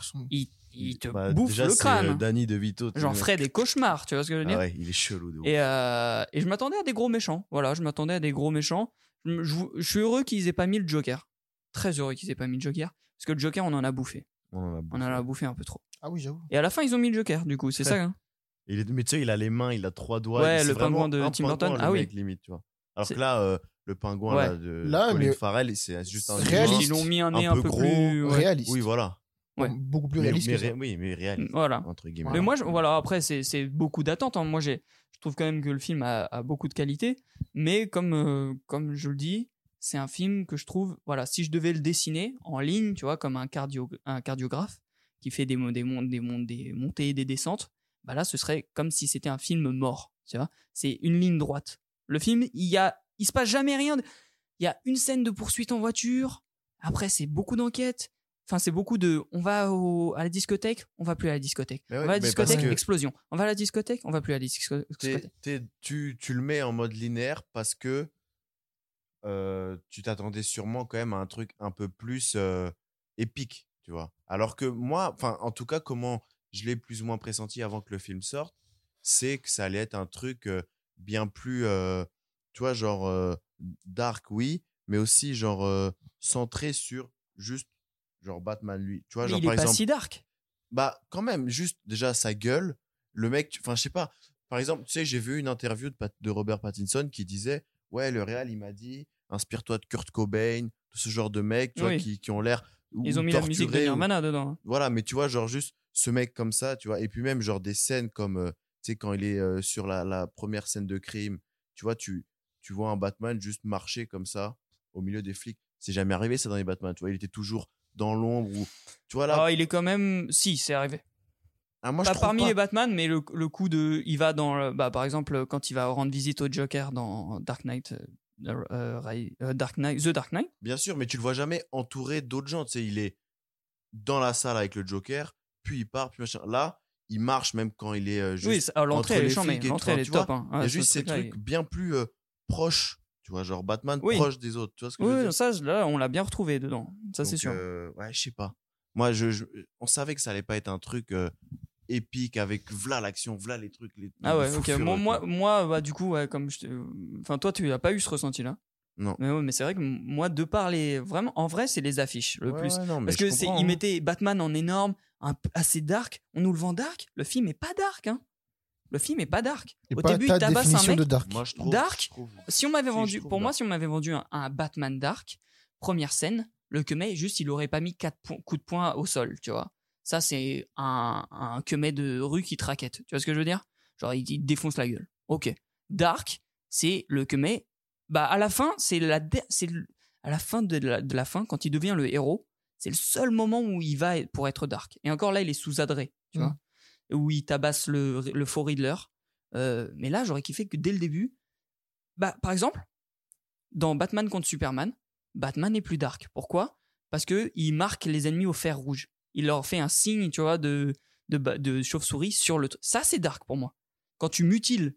il te bouffe déjà, le crâne. Danny DeVito. J'en ferais des cauchemars, tu vois ce que je veux dire. Ouais, il est chelou de ouf. Et je m'attendais à des gros méchants. Voilà, je m'attendais à des gros méchants. Je suis heureux qu'ils aient pas mis le Joker. Très heureux qu'ils aient pas mis le Joker. Parce que le Joker, on en a bouffé. On en a bouffé un peu trop. Ah oui, j'avoue. Et à la fin, ils ont mis le Joker, du coup, c'est ça. Hein. Mais tu sais, il a les mains, il a 3 doigts. Ouais, le Pingouin de Tim Burton. Ah oui. Limite, tu vois. Alors que là, le Pingouin là, de Colin Farrell, c'est juste un réaliste. Ils l'ont mis un nez un peu gros, plus réaliste. Oui, voilà. Ouais. Beaucoup plus réaliste. Mais réaliste. Voilà. Entre guillemets. Mais moi, voilà, après, c'est beaucoup d'attentes. Hein. Moi, je trouve quand même que le film a beaucoup de qualité. Mais comme je le dis, c'est un film que je trouve, voilà, si je devais le dessiner en ligne, tu vois, comme un cardiographe qui fait des montées, des descentes, bah là, ce serait comme si c'était un film mort, tu vois. C'est une ligne droite. Le film, il se passe jamais rien. Il y a une scène de poursuite en voiture. Après, c'est beaucoup d'enquêtes. Enfin, c'est beaucoup de. On va à la discothèque, on va plus à la discothèque. On va à la discothèque, explosion. On va à la discothèque, on va plus à la discothèque. Tu le mets en mode linéaire parce que tu t'attendais sûrement quand même à un truc un peu plus épique, tu vois. Alors que moi, enfin, en tout cas, comment je l'ai plus ou moins pressenti avant que le film sorte, c'est que ça allait être un truc bien plus, tu vois, genre dark, oui, mais aussi genre centré sur juste genre Batman, lui. Tu vois, mais genre il par est exemple. pas si dark. Bah, quand même, juste déjà sa gueule, le mec, enfin, je sais pas. Par exemple, tu sais, j'ai vu une interview de Robert Pattinson qui disait ouais, le réal, il m'a dit, inspire-toi de Kurt Cobain, de ce genre de mecs, tu vois, qui ont l'air. Ils ont mis la musique de Nirvana dedans. Voilà, mais tu vois, genre juste ce mec comme ça, tu vois, et puis même genre des scènes comme, tu sais, quand il est sur la première scène de crime, tu vois, tu vois un Batman juste marcher comme ça au milieu des flics. C'est jamais arrivé ça dans les Batman, tu vois, il était toujours dans l'ombre ou tu vois là. Ah, il est quand même. Si, c'est arrivé. Ah, moi, pas parmi les Batman, mais le coup de. Il va dans. Par exemple, quand il va rendre visite au Joker dans Dark Knight. The Dark Knight. Bien sûr, mais tu le vois jamais entouré d'autres gens. Tu sais, il est dans la salle avec le Joker, puis il part, puis machin. Là, il marche même quand il est juste. Oui, l'entrée elle est chambée. L'entrée elle est top. Il y a juste ces trucs bien plus proches. Tu vois, genre Batman proche des autres. Tu vois ce que je veux dire ? Ça, là, on l'a bien retrouvé dedans. Ça, c'est sûr. Ouais, je sais pas. Moi, on savait que ça allait pas être un truc épique avec v'là l'action, v'là les trucs. Ah ouais, ok. Moi, bah, du coup, ouais, enfin, toi, tu n'as pas eu ce ressenti-là. Non. Mais c'est vrai que moi, de parler vraiment, en vrai, c'est les affiches le plus. Ouais, non, parce que ils mettaient Batman en énorme, assez dark. On nous le vend dark. Le film est pas dark, hein. Le film est pas dark. Au début, il tabasse un mec. De dark. Moi, je trouve, dark. Si on m'avait vendu, pour moi, si on m'avait vendu un Batman dark, première scène, le Kemei, juste, il aurait pas mis 4 coups de poing au sol, tu vois. Ça, c'est un Kemei de rue qui te raquette. Tu vois ce que je veux dire ? Genre, il défonce la gueule. Ok. Dark, c'est le Kemei, Bah, à la fin, à la fin de la fin, quand il devient le héros, c'est le seul moment où il va pour être dark. Et encore là, il est sous Adré, tu vois, où il tabasse le faux Riddler. Mais là, j'aurais kiffé que dès le début, bah, par exemple, dans Batman contre Superman, Batman est plus dark. Pourquoi ? Parce que il marque les ennemis au fer rouge. Il leur fait un signe, tu vois, de chauve-souris sur le. Ça, c'est dark pour moi. Quand tu mutiles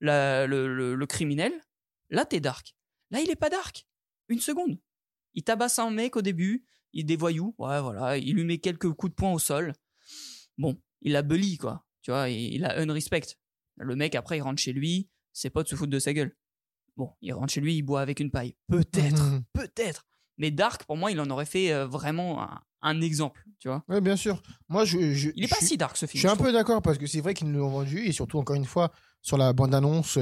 le criminel, là, t'es dark. Là, il est pas dark. Une seconde. Il tabasse un mec au début, il des voyous, ouais, voilà, il lui met quelques coups de poing au sol. Bon, il a bully, quoi. Tu vois, il a unrespect. Le mec, après, il rentre chez lui, ses potes se foutent de sa gueule. Bon, il rentre chez lui, il boit avec une paille. Peut-être. Mais Dark, pour moi, il en aurait fait vraiment un exemple, tu vois. Ouais, bien sûr. Moi, il est pas si dark, ce film. Je suis un peu d'accord parce que c'est vrai qu'ils nous l'ont vendu et surtout, encore une fois, sur la bande-annonce,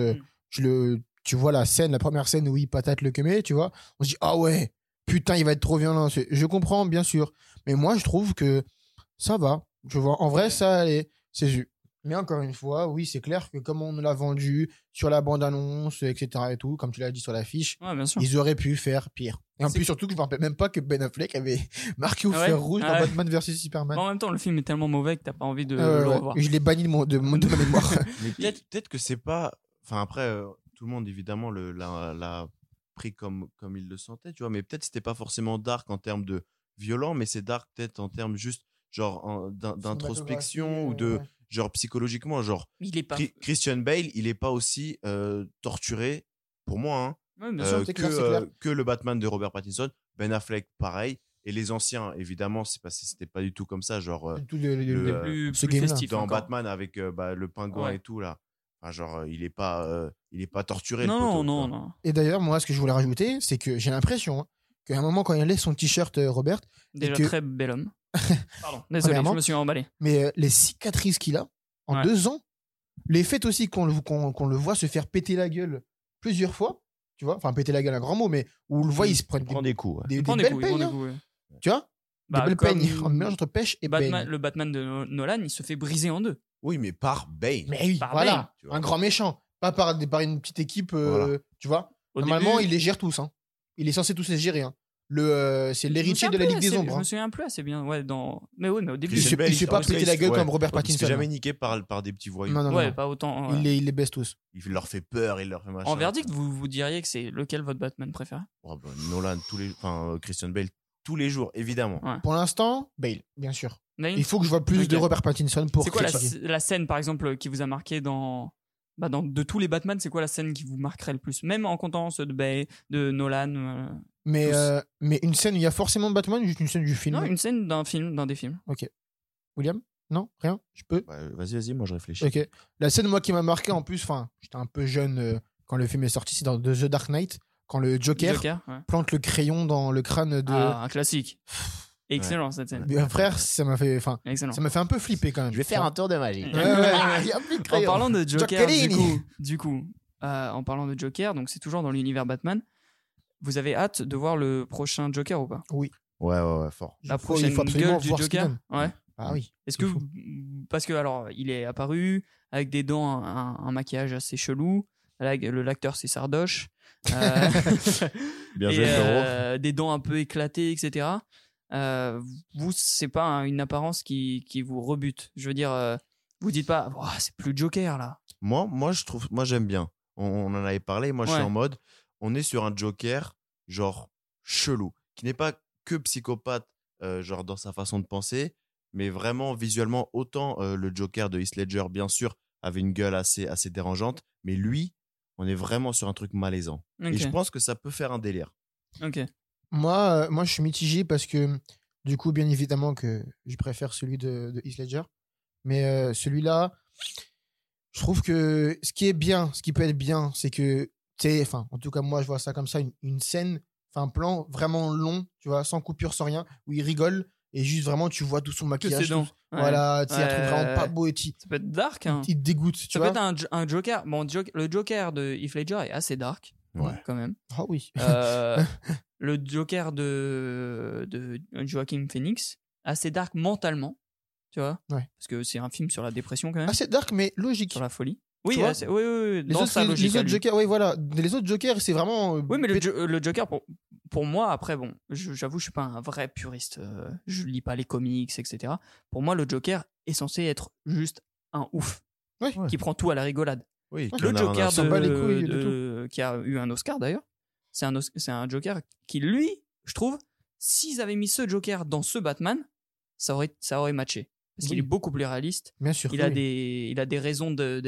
tu vois la première scène où il patate le kemé, tu vois. On se dit, ah ouais, putain, il va être trop violent. Je comprends, bien sûr. Mais moi, je trouve que ça va. Je vois, en vrai, ça allait. C'est juste. Mais encore une fois, oui, c'est clair que comme on l'a vendu sur la bande-annonce, etc. et tout, comme tu l'as dit sur l'affiche, ils auraient pu faire pire. Et en plus, surtout que je me rappelle même pas que Ben Affleck avait marqué au fer rouge dans Batman vs Superman. Bon, en même temps, le film est tellement mauvais que t'as pas envie de le revoir. Je l'ai banni de ma mémoire. Mais peut-être que c'est pas. Enfin, après, tout le monde, évidemment, l'a pris comme il le sentait, tu vois. Mais peut-être c'était pas forcément dark en termes de violent, mais c'est dark peut-être en termes juste genre d'introspection ou de. Genre psychologiquement, genre il est pas... Christian Bale, il est pas aussi torturé pour moi que le Batman de Robert Pattinson. Ben Affleck, pareil. Et les anciens, évidemment, c'était pas du tout comme ça, genre plus festif dans encore. Batman avec le pingouin et tout là. Enfin, genre il est pas torturé. Non. Et d'ailleurs, moi, ce que je voulais rajouter, c'est que j'ai l'impression qu'à un moment, quand il enlève son t-shirt, Robert, déjà très bel homme. Pardon, désolé, je me suis emballé. Mais les cicatrices qu'il a en 2 ans, les faits aussi qu'on le voit se faire péter la gueule plusieurs fois, tu vois, enfin péter la gueule, un grand mot, mais où on le voit, il se prend des coups. Des belles peignes. Tu vois, des belles peignes, un mélange entre pêche et Batman. Le Batman de Nolan, il se fait briser en 2. Oui, mais par Bane. Mais oui, voilà, un grand méchant, pas par une petite équipe, tu vois. Normalement, il les gère tous. Hein. Il est censé tous les gérer. Hein. C'est l'héritier de la Ligue des Ombres. Je me souviens plus assez bien. Ouais, mais au début, il ne se fait pas péter la gueule comme Robert Pattinson. Il ne jamais niqué par des petits voyous. Non. Pas autant. Il les baisse tous. Il leur fait peur, il leur fait machin. En verdict, vous diriez que c'est lequel votre Batman préféré ? Nolan, Christian Bale, tous les jours, évidemment. Ouais. Pour l'instant, Bale, bien sûr. Il faut que je vois plus de Robert Pattinson pour. C'est quoi la scène, par exemple, qui vous a marqué de tous les Batman, c'est quoi la scène qui vous marquerait le plus ? Même en comptant ceux de Bale, de Nolan. Mais une scène où il y a forcément Batman ou juste une scène du film ? Non, une scène d'un des films. Ok. William ? Non ? Rien ? Je peux ? Vas-y, moi je réfléchis. Ok. La scène, moi, qui m'a marqué en plus, j'étais un peu jeune quand le film est sorti, c'est dans The Dark Knight, quand le Joker plante le crayon dans le crâne de. Ah, un classique. Excellent cette scène. Frère, ça m'a fait un peu flipper quand même. Je vais faire un tour de magie. Il y a plus de crayon. En parlant de Joker, du coup, en parlant de Joker, donc c'est toujours dans l'univers Batman. Vous avez hâte de voir le prochain Joker ou pas ? Oui. Ouais, fort. La prochaine gueule du Joker. Ouais. Ah oui. Est-ce que parce que alors il est apparu avec des dents, un maquillage assez chelou. L'acteur c'est Sardoche. Bien joué, des dents un peu éclatées, etc. Vous, c'est pas une apparence qui vous rebute. Je veux dire, vous dites pas, oh, c'est plus Joker là. Moi, j'aime bien. On en avait parlé. Moi, je suis en mode, on est sur un Joker genre chelou, qui n'est pas que psychopathe, genre dans sa façon de penser, mais vraiment visuellement autant le Joker de Heath Ledger, bien sûr, avait une gueule assez dérangeante, mais lui, on est vraiment sur un truc malaisant. Okay. Et je pense que ça peut faire un délire. Ok. Moi, je suis mitigé parce que, du coup, bien évidemment que je préfère celui de Heath Ledger. Mais celui-là, je trouve que ce qui peut être bien, c'est que, en tout cas, moi, je vois ça comme ça, une scène, un plan vraiment long, tu vois, sans coupure, sans rien, où il rigole et juste vraiment, tu vois tout son maquillage. Voilà, tu sais, un truc vraiment pas beau et ça peut être dark. Hein. Il te dégoûte, tu vois. Ça peut être un Joker. Bon, le Joker de Heath Ledger est assez dark, quand même. Ah oui. Le Joker de Joaquin Phoenix, assez dark mentalement, tu vois. Ouais. Parce que c'est un film sur la dépression quand même. Assez dark, mais logique. Sur la folie. Oui, tu vois oui, Les dans sa logique. autres à lui. Jokers, oui, voilà. Les autres Jokers, c'est vraiment. Oui, mais le Joker, pour moi, après, bon, j'avoue, je suis pas un vrai puriste. Je lis pas les comics, etc. Pour moi, le Joker est censé être juste un ouf Ouais. qui prend tout à la rigolade. Oui, Ouais. qui en Le a un Joker s'en bat les couilles de qui a eu un Oscar d'ailleurs, c'est un Joker qui, lui, je trouve, s'ils avaient mis ce Joker dans ce Batman, ça aurait matché. Parce qu'il Oui. est beaucoup plus réaliste. Bien sûr. Il a des raisons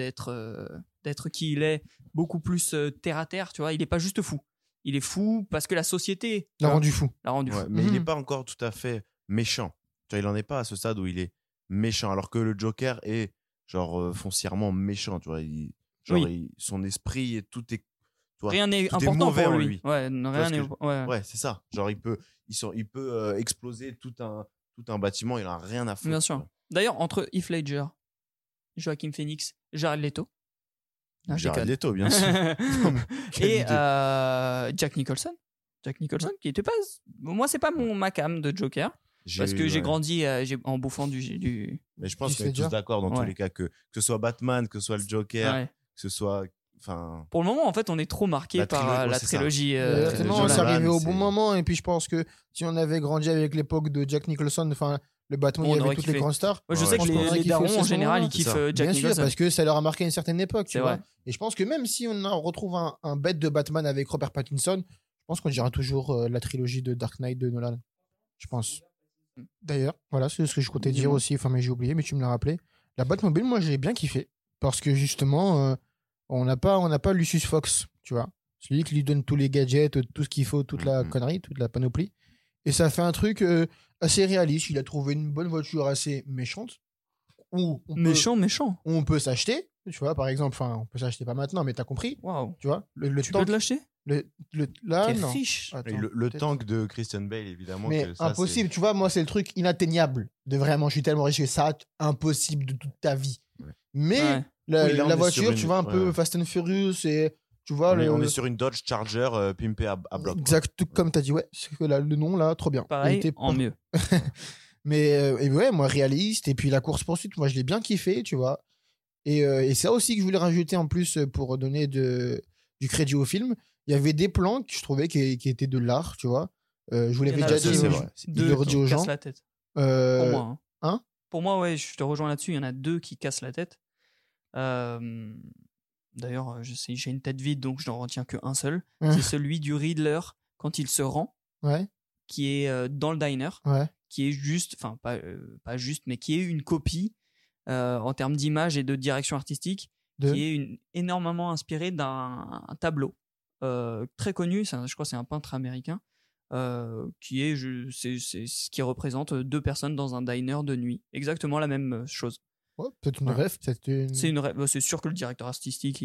d'être qui il est, beaucoup plus terre à terre, tu vois. Il est pas juste fou. Il est fou parce que la société l'a rendu fou. l'a rendu Ouais, fou. mais il n'est Mhm. pas encore tout à fait méchant. Tu vois, il en est pas à ce stade où il est méchant, alors que le Joker est genre foncièrement méchant. Tu vois, son esprit et tout est. Tu vois, Rien n'est tout est important mauvais pour en lui. lui. Ouais, non, vois rien ce n'est. que Ouais. Ouais, c'est ça. Genre il peut exploser tout un bâtiment. Il en a rien à foutre. Bien sûr. D'ailleurs, entre Heath Ledger, Joaquin Phoenix, Jared Leto. Ah, je Jared déconne. Leto, bien sûr. Quelle Et idée. Jack Nicholson. Jack Nicholson, qui était pas. Moi, c'est pas ma cam de Joker. Parce que j'ai ouais. grandi en bouffant du. Mais je pense Heath qu'on est tous Ledger. d'accord dans tous Ouais. les cas que ce soit Batman, que ce soit le Joker, Ouais. que ce soit. Enfin. Pour le moment, en fait, on est trop marqué La par trilogie, ouais, la c'est ça. trilogie. Exactement, Nolan, c'est arrivé au c'est- bon moment. Et puis je pense que si on avait grandi avec l'époque de Jack Nicholson, enfin le Batman, On il y aurait avait toutes les kiffé. grandes stars. Moi, je Ouais, sais que je pense qu'on aurait les kiffé darons, aussi à en ce général, moment-là. ils kiffent C'est ça. Jack Bien sûr, Nicholson. parce que ça leur a marqué une certaine époque. Tu C'est vois. vrai. Et je pense que même si on retrouve un bête de Batman avec Robert Pattinson, je pense qu'on dira toujours la trilogie de Dark Knight de Nolan. Je pense. D'ailleurs, voilà, c'est ce que je comptais dire Dis-moi. aussi. Enfin, mais j'ai oublié, mais tu me l'as rappelé. La Batmobile, moi, j'ai bien kiffé. Parce que justement, on n'a pas Lucius Fox, tu vois. Celui qui lui donne tous les gadgets, tout ce qu'il faut, toute la Mhm. connerie, toute la panoplie. Et ça fait un truc assez réaliste. Il a trouvé une bonne voiture assez méchante. Où Méchant. on peut s'acheter, tu vois, par exemple. Enfin, on peut s'acheter pas maintenant, mais t'as compris, Waouh. tu vois. Le Tu peux tank, te l'acheter? là, T'es non. riche. Attends, Et le peut-être. tank de Christian Bale, évidemment. Mais que ça, impossible, tu vois, moi, c'est le truc inatteignable. De vraiment, je suis tellement riche que ça, impossible de toute ta vie. Ouais. Mais Ouais. la, Oui, là, on la est voiture, sur une- tu vois, un peu ouais. Fast and Furious, et tu vois, on est sur une Dodge Charger pimpée à bloc. quoi. exact, tout comme t'as dit, ouais, c'est que le nom là, trop bien. Il Pareil, était en pas- mieux. Mais et ouais, moi, réaliste, et puis la course-poursuite, moi, je l'ai bien kiffé, tu vois. Et ça aussi que je voulais rajouter en plus pour donner du crédit au film. Il y avait des plans que je trouvais qui étaient de l'art, tu vois. Je vous l'avais Il y en a déjà ça, dit, c'est mais vrai. je Deux le redis qui aux gens. cassent la tête. Euh, Pour moi. hein Pour moi, ouais, je te rejoins là-dessus. Il y en a deux qui cassent la tête. D'ailleurs, j'ai une tête vide, donc je n'en retiens qu'un seul. Ouais. C'est celui du Riddler quand il se rend, Ouais, qui est dans le diner, ouais. qui est juste, enfin pas juste, mais qui est une copie en termes d'image et de direction artistique, qui est énormément inspiré d'un tableau très connu. Je crois que c'est un peintre américain. Qui est c'est ce qui représente deux personnes dans un diner de nuit. Exactement la même chose. Ouais, peut-être une Ouais. rêve, peut-être une. C'est sûr que le directeur artistique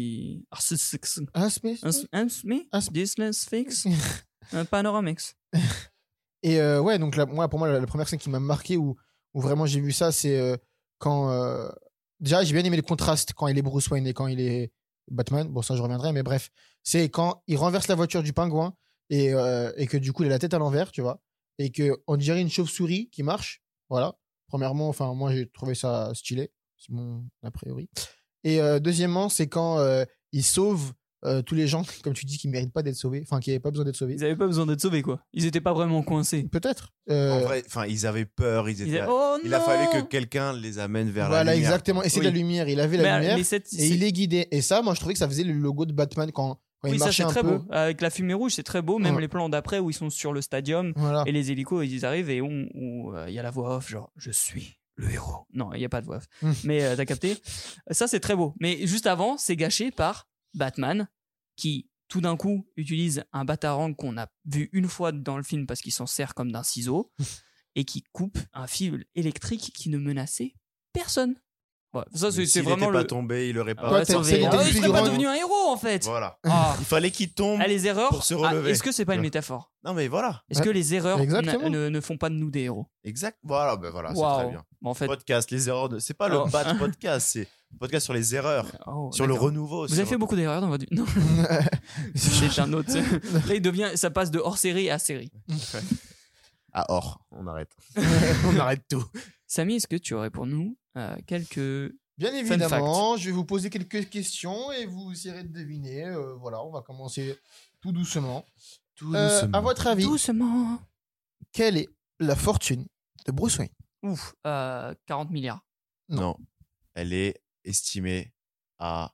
Ah, Smith Distance Fix Panoramix. Et ouais, donc pour moi, la première scène qui m'a marqué où vraiment j'ai vu ça, c'est quand. Déjà, j'ai bien aimé le contraste quand il est Bruce Wayne et quand il est Batman. Bon, ça, je reviendrai, mais bref. C'est quand il renverse la voiture du pingouin et que du coup, il a la tête à l'envers, tu vois. Et qu'on dirait une chauve-souris qui marche. Voilà. Premièrement, enfin, moi, j'ai trouvé ça stylé. C'est mon a priori. Et deuxièmement, c'est quand il sauve tous les gens, comme tu dis, qui ne méritent pas d'être sauvés, enfin, qui n'avaient pas besoin d'être sauvés. Ils avaient pas besoin d'être sauvés, quoi. Ils étaient pas vraiment coincés. Peut-être. En vrai, enfin, ils avaient peur. Oh Il a fallu que non quelqu'un les amène vers Voilà, la lumière. exactement. Et c'est Oui. la lumière. Il avait la lumière. Et il est guidé. Et ça, moi, je trouvais que ça faisait le logo de Batman quand il Oui, ça marchait c'est un très peu. beau. Avec la fumée rouge, c'est très beau. Même Ouais. les plans d'après où ils sont sur le stadium Voilà. et les hélicos, ils arrivent et il y a la voix off, genre je suis le héros. Non, il n'y a pas de voix off. Mais t'as capté. Ça, c'est très beau. Mais juste avant, c'est gâché par Batman qui, tout d'un coup, utilise un batarang qu'on a vu une fois dans le film parce qu'il s'en sert comme d'un ciseau et qui coupe un fil électrique qui ne menaçait personne. Ouais, ça, c'est S'il vraiment n'était pas le. tombé, il aurait Ah pas. ouais, Toi, t'es- sauvé. c'est Ah, une il plus serait pas grande- devenu un héros en fait. Voilà. Ah. Il fallait qu'il tombe. Ah, les erreurs. Pour se relever. Est-ce que c'est pas une métaphore? Non, mais voilà. Est-ce que les erreurs Exactement. ne font pas de nous des héros? Exact. Voilà, ben voilà, c'est Waouh. très bien. En fait, Podcast, les erreurs. C'est pas le Oh. bad podcast, c'est un podcast sur les erreurs, oh, sur le d'accord. renouveau. Vous avez fait beaucoup d'erreurs dans votre vie? Non, c'est un autre. Là, ça passe de hors série à série. Ah, or, on arrête. On arrête tout. Samy, est-ce que tu aurais pour nous quelques Bien évidemment, je vais vous poser quelques questions et vous essayerez de deviner. Voilà, on va commencer tout doucement. Tout doucement. À votre avis, Doucement. quelle est la fortune de Bruce Wayne? Ouf, 40 milliards. Non. Elle est estimée à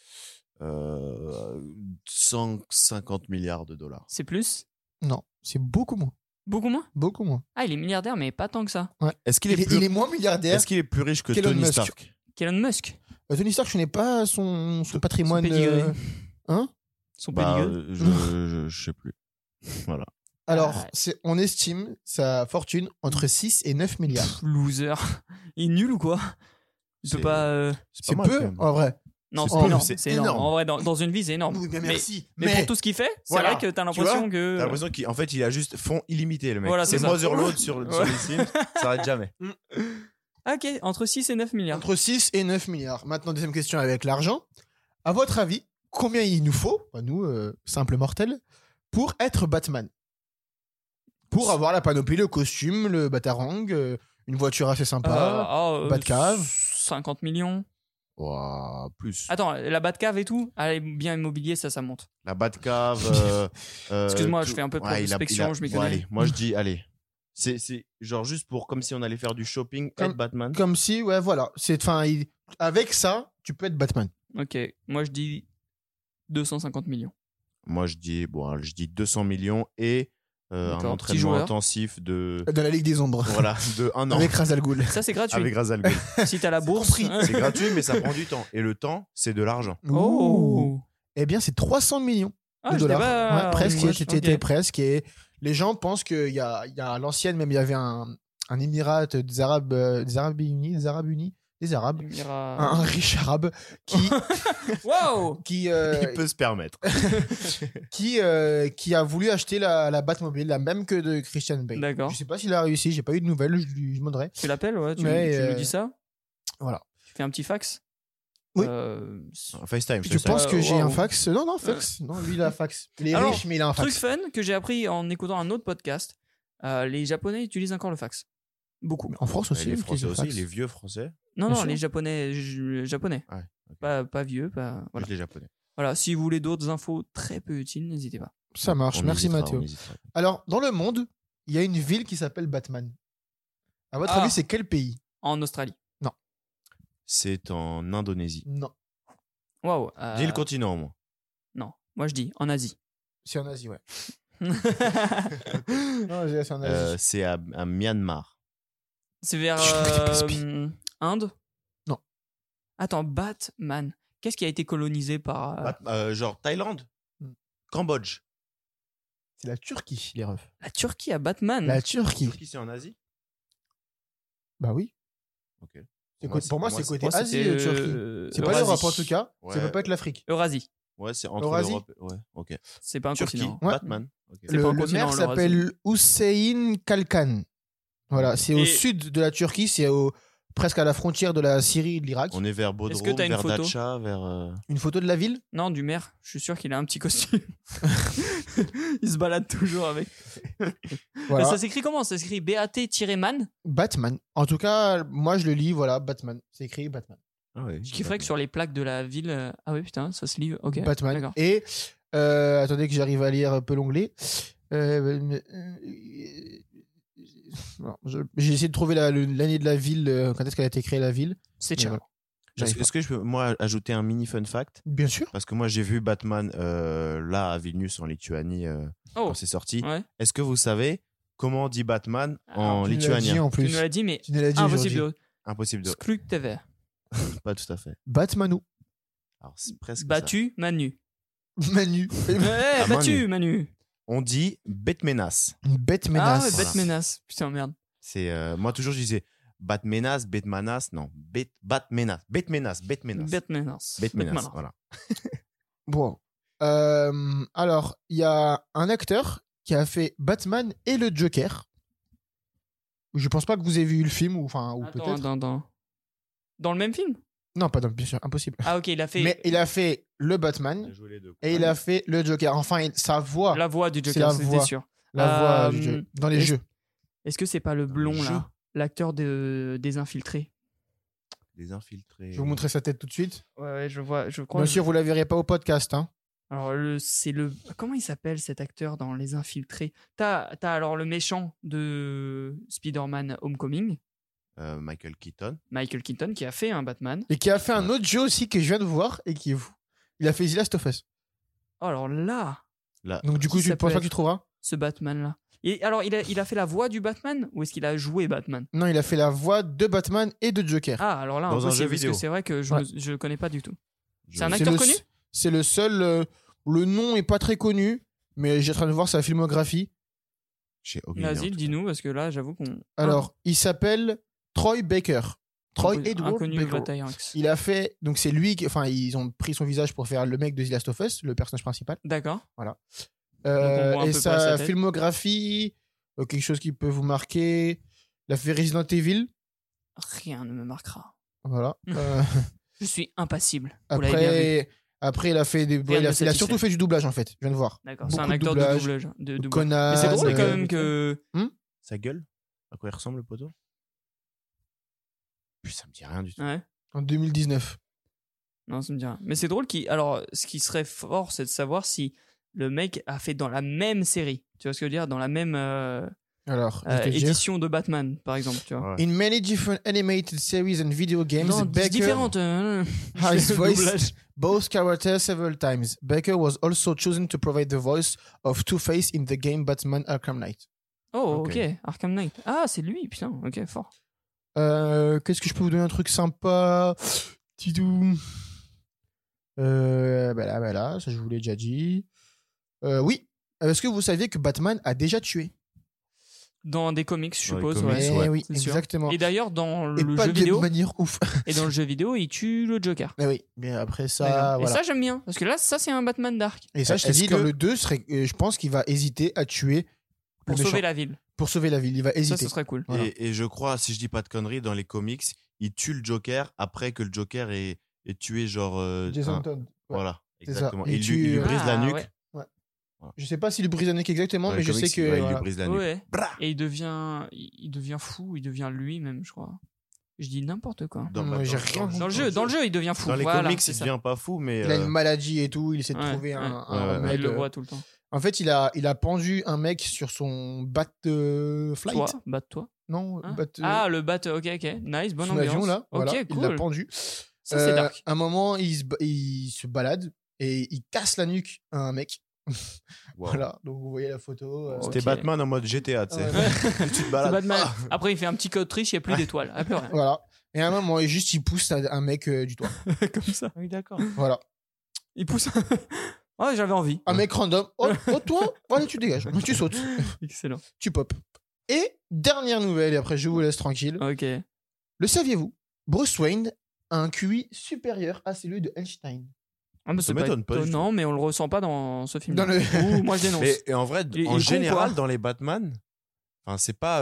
150 milliards de dollars. C'est plus? Non, c'est beaucoup moins. Beaucoup moins? Beaucoup moins. Ah, il est milliardaire, mais pas tant que ça. Ouais. Est-ce qu'il est, Il est moins milliardaire. Est-ce qu'il est plus riche que qu'Elon Tony Musk. Stark? Elon Musk. Tony Stark, je connais pas son patrimoine. pédigré. Hein? Son Bah, pédigré. je sais plus. Voilà. Alors, Ah. on estime sa fortune entre 6 et 9 milliards. Pff, loser. Il est nul ou quoi? Il peut C'est- pas. C'est mal, quand peu, même. en vrai. Non, c'est c'est peu, énorme. c'est C'est énorme. énorme. En vrai, dans une vie, c'est énorme. Oui, bien merci. Mais pour tout ce qu'il fait, c'est Voilà. vrai que t'as Tu l'impression vois que. T'as l'impression qu'en fait, il a juste fond illimité, le mec. Voilà, c'est c'est ça. Motherload sur Ouais. les Sims, ça arrête jamais. Ok, entre 6 et 9 milliards. Entre 6 et 9 milliards. Maintenant, deuxième question avec l'argent. À votre avis, combien il nous faut, nous, simples mortels, pour être Batman? Pour avoir la panoplie, le costume, le batarang, une voiture assez sympa. Batcave. 50 millions. Ouah, plus. Attends, la Batcave et tout, allez, bien immobilier, ça monte. La Batcave. Excuse-moi, je fais un peu de il a- prospection, je m'y bon, connais. allez, moi je dis, allez. C'est genre juste pour, comme si on allait faire du shopping, être Batman. Comme si, ouais, voilà. Avec ça, tu peux être Batman. Ok, moi je dis 250 millions. Moi je dis 200 millions et un D'accord, petit entraînement joueur. intensif de. De la Ligue des Ombres. Voilà, de 1 an. Avec Ra's al Ghul. Ça, c'est gratuit. Avec Ra's al Ghul. Si t'as la bourse. compris. hein. C'est gratuit, mais ça prend du temps. Et le temps, c'est de l'argent. Oh! Eh bien, c'est 300 millions Ah, de je dollars. l'ai pas- Ouais, presque, moi, tu ok. étais presque. Et les gens pensent qu'il y a à l'ancienne, même, il y avait un émirat des Arabes Unis, des Arabes, Émirat- un riche arabe Wow! qui, Il peut se permettre. qui a voulu acheter la Batmobile, la même que de Christian Bale. D'accord. Je sais pas s'il a réussi, j'ai pas eu de nouvelles, je lui demanderai. Tu l'appelles, ouais, tu Ouais, lui dis ça? Voilà. Tu fais un petit fax? Oui. FaceTime. Tu penses que j'ai waouh. un fax? Non, fax. Non, lui, il a un fax. Il est Alors, riche, mais il a un Truc fax. fun que j'ai appris en écoutant un autre podcast, les Japonais utilisent encore le fax. Beaucoup. En France aussi, Les il Français utilise le aussi, fax. les vieux Français. Non, Bien non, sûr. les Japonais. Japonais. Ouais, ok. Pas vieux, pas. Voilà. Juste les Japonais. Voilà, si vous voulez d'autres infos très peu utiles, n'hésitez pas. Ça marche, On merci hésitera, Mathéo. on hésitera. Alors, dans le monde, il y a une ville qui s'appelle Batman. À votre Ah. avis, c'est quel pays? En Australie. C'est en Indonésie. Non, Waouh. Dis le continent, moi. Non, moi je dis en Asie. c'est en Asie, ouais. Non, c'est en Asie. C'est à Myanmar. C'est vers Je connais pas ce pays. Inde? Non. Attends, Batman. Qu'est-ce qui a été colonisé par Genre Thaïlande, Hmm. Cambodge. C'est la Turquie, les refs. la Turquie à Batman? La Turquie. Turquie, c'est en Asie. Bah oui. Ok. Pour moi, c'est côté Moi, Asie, c'était, Turquie. C'est pas Eurasie. l'Europe en tout cas. Ouais. Ça peut pas être l'Afrique. Eurasie. Ouais, c'est entre Eurasie l'Europe. Ouais, ok. C'est pas un Turquie, continent. Ouais. Batman. Ok. C'est pas un Le continent, maire l'Eurasie. s'appelle Hüseyin Kalkan. Voilà, c'est au Et- sud de la Turquie, c'est presque à la frontière de la Syrie et de l'Irak. On est vers Est-ce Bodrum, que t'as une vers photo Datcha, vers. Une photo de la ville? Non, du maire. Je suis sûr qu'il a un petit costume. Il se balade toujours avec. Voilà. Ça s'écrit comment? Ça s'écrit BAT-man. Batman. En tout cas, moi je le lis, voilà, Batman. C'est écrit Batman. Ah ouais, Je kifferais que sur les plaques de la ville. Ah oui, putain, ça se lit. Ok. Batman. D'accord. Et attendez que j'arrive à lire un peu l'onglet. Non, j'ai essayé de trouver l'année de la ville, quand est-ce qu'elle a été créée la ville. C'est Mais cher. voilà. Est-ce J'arrive est-ce que je peux, moi, ajouter un mini fun fact? Bien sûr. Parce que moi, j'ai vu Batman là, à Vilnius, en Lituanie, Oh, quand c'est sorti. ouais. Est-ce que vous savez comment on dit Batman en Tu nous l'as dit lituanien? en Tu nous plus. l'as dit, mais Tu nous l'as dit impossible aujourd'hui. de. Impossible de. Skluk TV. Pas tout à fait. Batmanu. Alors, c'est presque ça. Battu, Manu. Manu. Ouais, battu, Manu. Manu. On dit Batmenas. Une bête Ah menace. ouais, Voilà. bête menace. Putain, merde. C'est moi toujours je disais Batmenas, Batmanas, non, Batmenas, Batmenas, Batmenas, Bête menace. Batmenas, voilà. Bon. Alors, il y a un acteur qui a fait Batman et le Joker. Je pense pas que vous ayez vu le film, ou peut-être. Attends. Dans le même film? Non, pas dans, bien sûr, impossible. Ah, ok, il a fait Mais il a fait le Il a Batman joué les deux. et il a fait le Joker. Enfin, sa voix, la voix du C'est Joker, la c'était voix. sûr. la voix Euh, dans les est-ce- jeux. Est-ce que c'est pas le blond, jeu. là? L'acteur des Infiltrés? Des infiltrés. Je vais vous montrer sa tête tout de suite. Ouais, je vois, je crois. Bien sûr, vous la verrez pas au podcast. Hein. Alors, comment il s'appelle cet acteur dans Les Infiltrés? T'as alors le méchant de Spider-Man Homecoming, Michael Keaton. Michael Keaton, qui a fait un Batman. Et qui a fait un autre jeu aussi que je viens de voir et qui est fou. Il a fait The Last of Us. Oh, alors là, Donc du coup, Qui tu ça penses peut pas que être tu trouveras? ce Batman-là. Et alors, il a fait la voix du Batman ou est-ce qu'il a joué Batman? Non, il a fait la voix de Batman et de Joker. Ah, alors là, Dans un impossible, jeu parce que vidéo. c'est vrai que je connais pas du tout. C'est un Je- acteur connu? C'est le seul. Le nom est pas très connu, mais j'ai en train de voir sa filmographie. J'ai aucune idée, en Vas-y, tout cas. dis-nous, parce que là, j'avoue qu'on. Alors, il s'appelle Troy Baker. Troy Inconnu- Edward inconnu de Baker. Bataille X. Il a fait. Donc, c'est lui qui. Enfin, ils ont pris son visage pour faire le mec de The Last of Us, le personnage principal. D'accord. Euh, Donc, on voit un et peu pas sa sa tête. filmographie, quelque chose qui peut vous marquer. Il a fait Resident Evil. Rien ne me marquera. Voilà. Je suis impassible. Vous l'avez bien vu. Après, il a fait des. Rien il ne a me satisfait. surtout fait du doublage en fait. Je viens de voir. D'accord, c'est un Beaucoup de acteur doublage. de doublage. De doublage. Conan. Mais c'est drôle quand même que. Sa gueule. À quoi il ressemble le poteau? Puis ça me dit rien du tout. Ouais. En 2019. Non, ça me dit rien. Mais c'est drôle alors, ce qui serait fort, c'est de savoir si le mec a fait dans la même série. Tu vois ce que je veux dire? Dans la même Alors, je vais te dire. édition de Batman, par exemple. Tu vois. Ouais. In many different animated series and video games, Non, Baker différente. has voiced Doublage. both characters several times. Baker was also chosen to provide the voice of Two-Face in the game Batman Arkham Knight. Oh, Ok. ok. Arkham Knight. Ah, c'est lui, putain. Ok, fort. Qu'est-ce que je peux vous donner un truc sympa? Tidou. Bah là, ça je vous l'ai déjà dit. Oui. Est-ce que vous saviez que Batman a déjà tué? Dans des comics, je Dans les suppose. comics, ouais. Eh ouais. oui, C'est sûr. exactement. Et d'ailleurs, dans Et le pas jeu de vidéo, manière ouf. et dans le jeu vidéo, il tue le Joker. Mais oui, mais après ça, D'accord. Et voilà. ça, j'aime bien. Parce que là, ça, c'est un Batman dark. Et ça, je te Est-ce dis, que- dans le 2, je pense qu'il va hésiter à tuer Pour le sauver méchant. la ville. Pour sauver la ville. Il va Ça, hésiter. ce serait cool. Voilà. Et je crois, si je dis pas de conneries, dans les comics, il tue le Joker après que le Joker ait tué genre. Jason un- Todd. Ouais. Voilà, C'est ça. exactement. Il Il tue, lui brise la Ah, nuque. ouais. Je sais pas s'il lui brise la nuque exactement, Dans mais les je comics, sais que. ouais, il voilà. lui brise la nuque. Ouais. Et il devient fou, il devient lui-même, je crois. Je dis n'importe quoi. Moi, j'ai rien Dans le jeu, il devient fou. Dans les Voilà, comics, c'est il ça. devient pas fou, mais. Il a une maladie et tout, il essaie de Ouais, trouver ouais. un Ouais, remède. Il le voit tout le temps. En fait, il a pendu un mec sur son bat flight. Toi, batte-toi. Non, Hein bat. Ah, le bat, ok, nice, bonne son ambiance. avion là. Ok, Voilà, il cool. l'a pendu. Ça, c'est dark. À un moment, il se balade et il casse la nuque à un mec. Wow. Voilà, donc vous voyez la photo. C'était Ok. Batman en mode GTA, tu sais. Ouais. Tu te C'est balades. Batman. Ah. Après, il fait un petit code triche, il n'y a plus d'étoiles. Ah, plus rien. Voilà. Et à un moment, il pousse un mec du toit. Comme ça. Oui, d'accord. Voilà. Il pousse. Ouais, j'avais envie. Un mec random. Oh, toi, allez, tu dégages. Tu sautes. Excellent. Tu pop. Et dernière nouvelle, et après je vous laisse tranquille. Ok. Le saviez-vous? Bruce Wayne a un QI supérieur à celui de Einstein. Ah, bah, Ça c'est pas m'étonne pas du étonnant, mais on le ressent pas dans ce film. Dans le- Moi, je dénonce. Mais et en vrai, Il est en con, général, quoi. dans les Batman, enfin, c'est pas.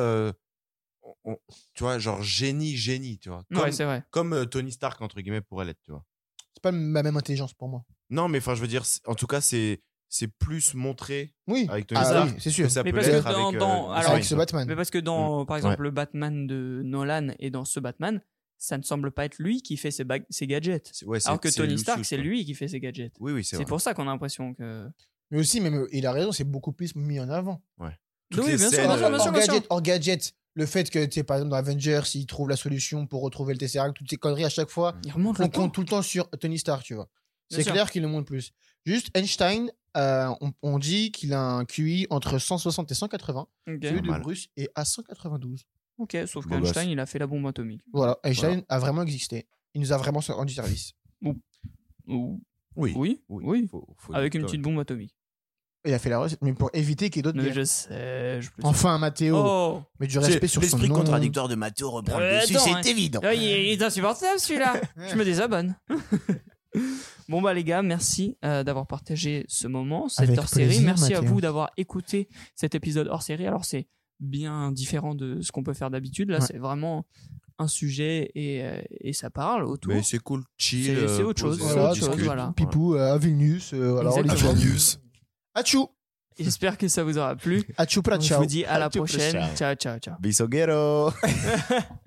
Tu vois, genre génie, tu vois. Comme, Ouais, c'est vrai. comme Tony Stark, entre guillemets, pourrait l'être, tu vois. C'est pas ma même intelligence pour moi. Non, mais enfin, je veux dire, en tout cas, c'est plus montré Oui. avec Tony Ah Stark oui, c'est sûr. que ça Mais peut parce que l'être dans- avec, dans- Bruce alors- Wayne, Avec ce tu vois. Batman. Mais parce que dans, par exemple, le Batman de Nolan et dans ce Batman, ça ne semble pas être lui qui fait ses gadgets. Ouais, Alors que Tony Lucius, Stark, c'est quoi. lui qui fait ses gadgets. Oui, oui, c'est C'est vrai. pour ça qu'on a l'impression que. Mais aussi, même, il a raison, c'est beaucoup plus mis en avant. Toutes Oui, les bien sûr, scènes, bien sûr, bien sûr, bien sûr. Hors gadget, le fait que, tu sais, par exemple, dans Avengers, il trouve la solution pour retrouver le Tesseract, toutes ces conneries à chaque fois, Il remonte on le temps. compte tout le temps sur Tony Stark, tu vois. Bien C'est sûr. clair qu'il le montre plus. Juste, Einstein, on dit qu'il a un QI entre 160 et 180. Ok. Celui de Normal. Bruce est à 192. Ok, sauf Beau qu'Einstein, il a fait la bombe atomique. Voilà, Einstein a vraiment existé. Il nous a vraiment rendu service. Ou- Oui. Oui. Faut Avec dire une quand petite bombe atomique. Il a fait la recette, mais pour éviter qu'il y ait d'autres Mais guerres. je sais. Enfin, Mathéo, Oh mais du respect sur son nom. de Mathéo reprend le dessus, c'est évident. Ah, il est insupportable celui-là. Je me désabonne. Bon bah les gars, merci d'avoir partagé ce moment, cette Avec hors-série. plaisir, Merci à Mathéo. vous d'avoir écouté cet épisode hors-série. Alors c'est bien différent de ce qu'on peut faire d'habitude. Là, Ouais. c'est vraiment un sujet et ça parle autour. Mais c'est cool, chill. C'est autre chose, posé, c'est on autre chose, discute. voilà. Pipou à Vilnius. Alors, Exactement. Achou. J'espère que ça vous aura plu. Achou, Je ciao. vous dis à la Ciao, prochaine. ciao. Ciao, ciao, ciao. Bisoguero.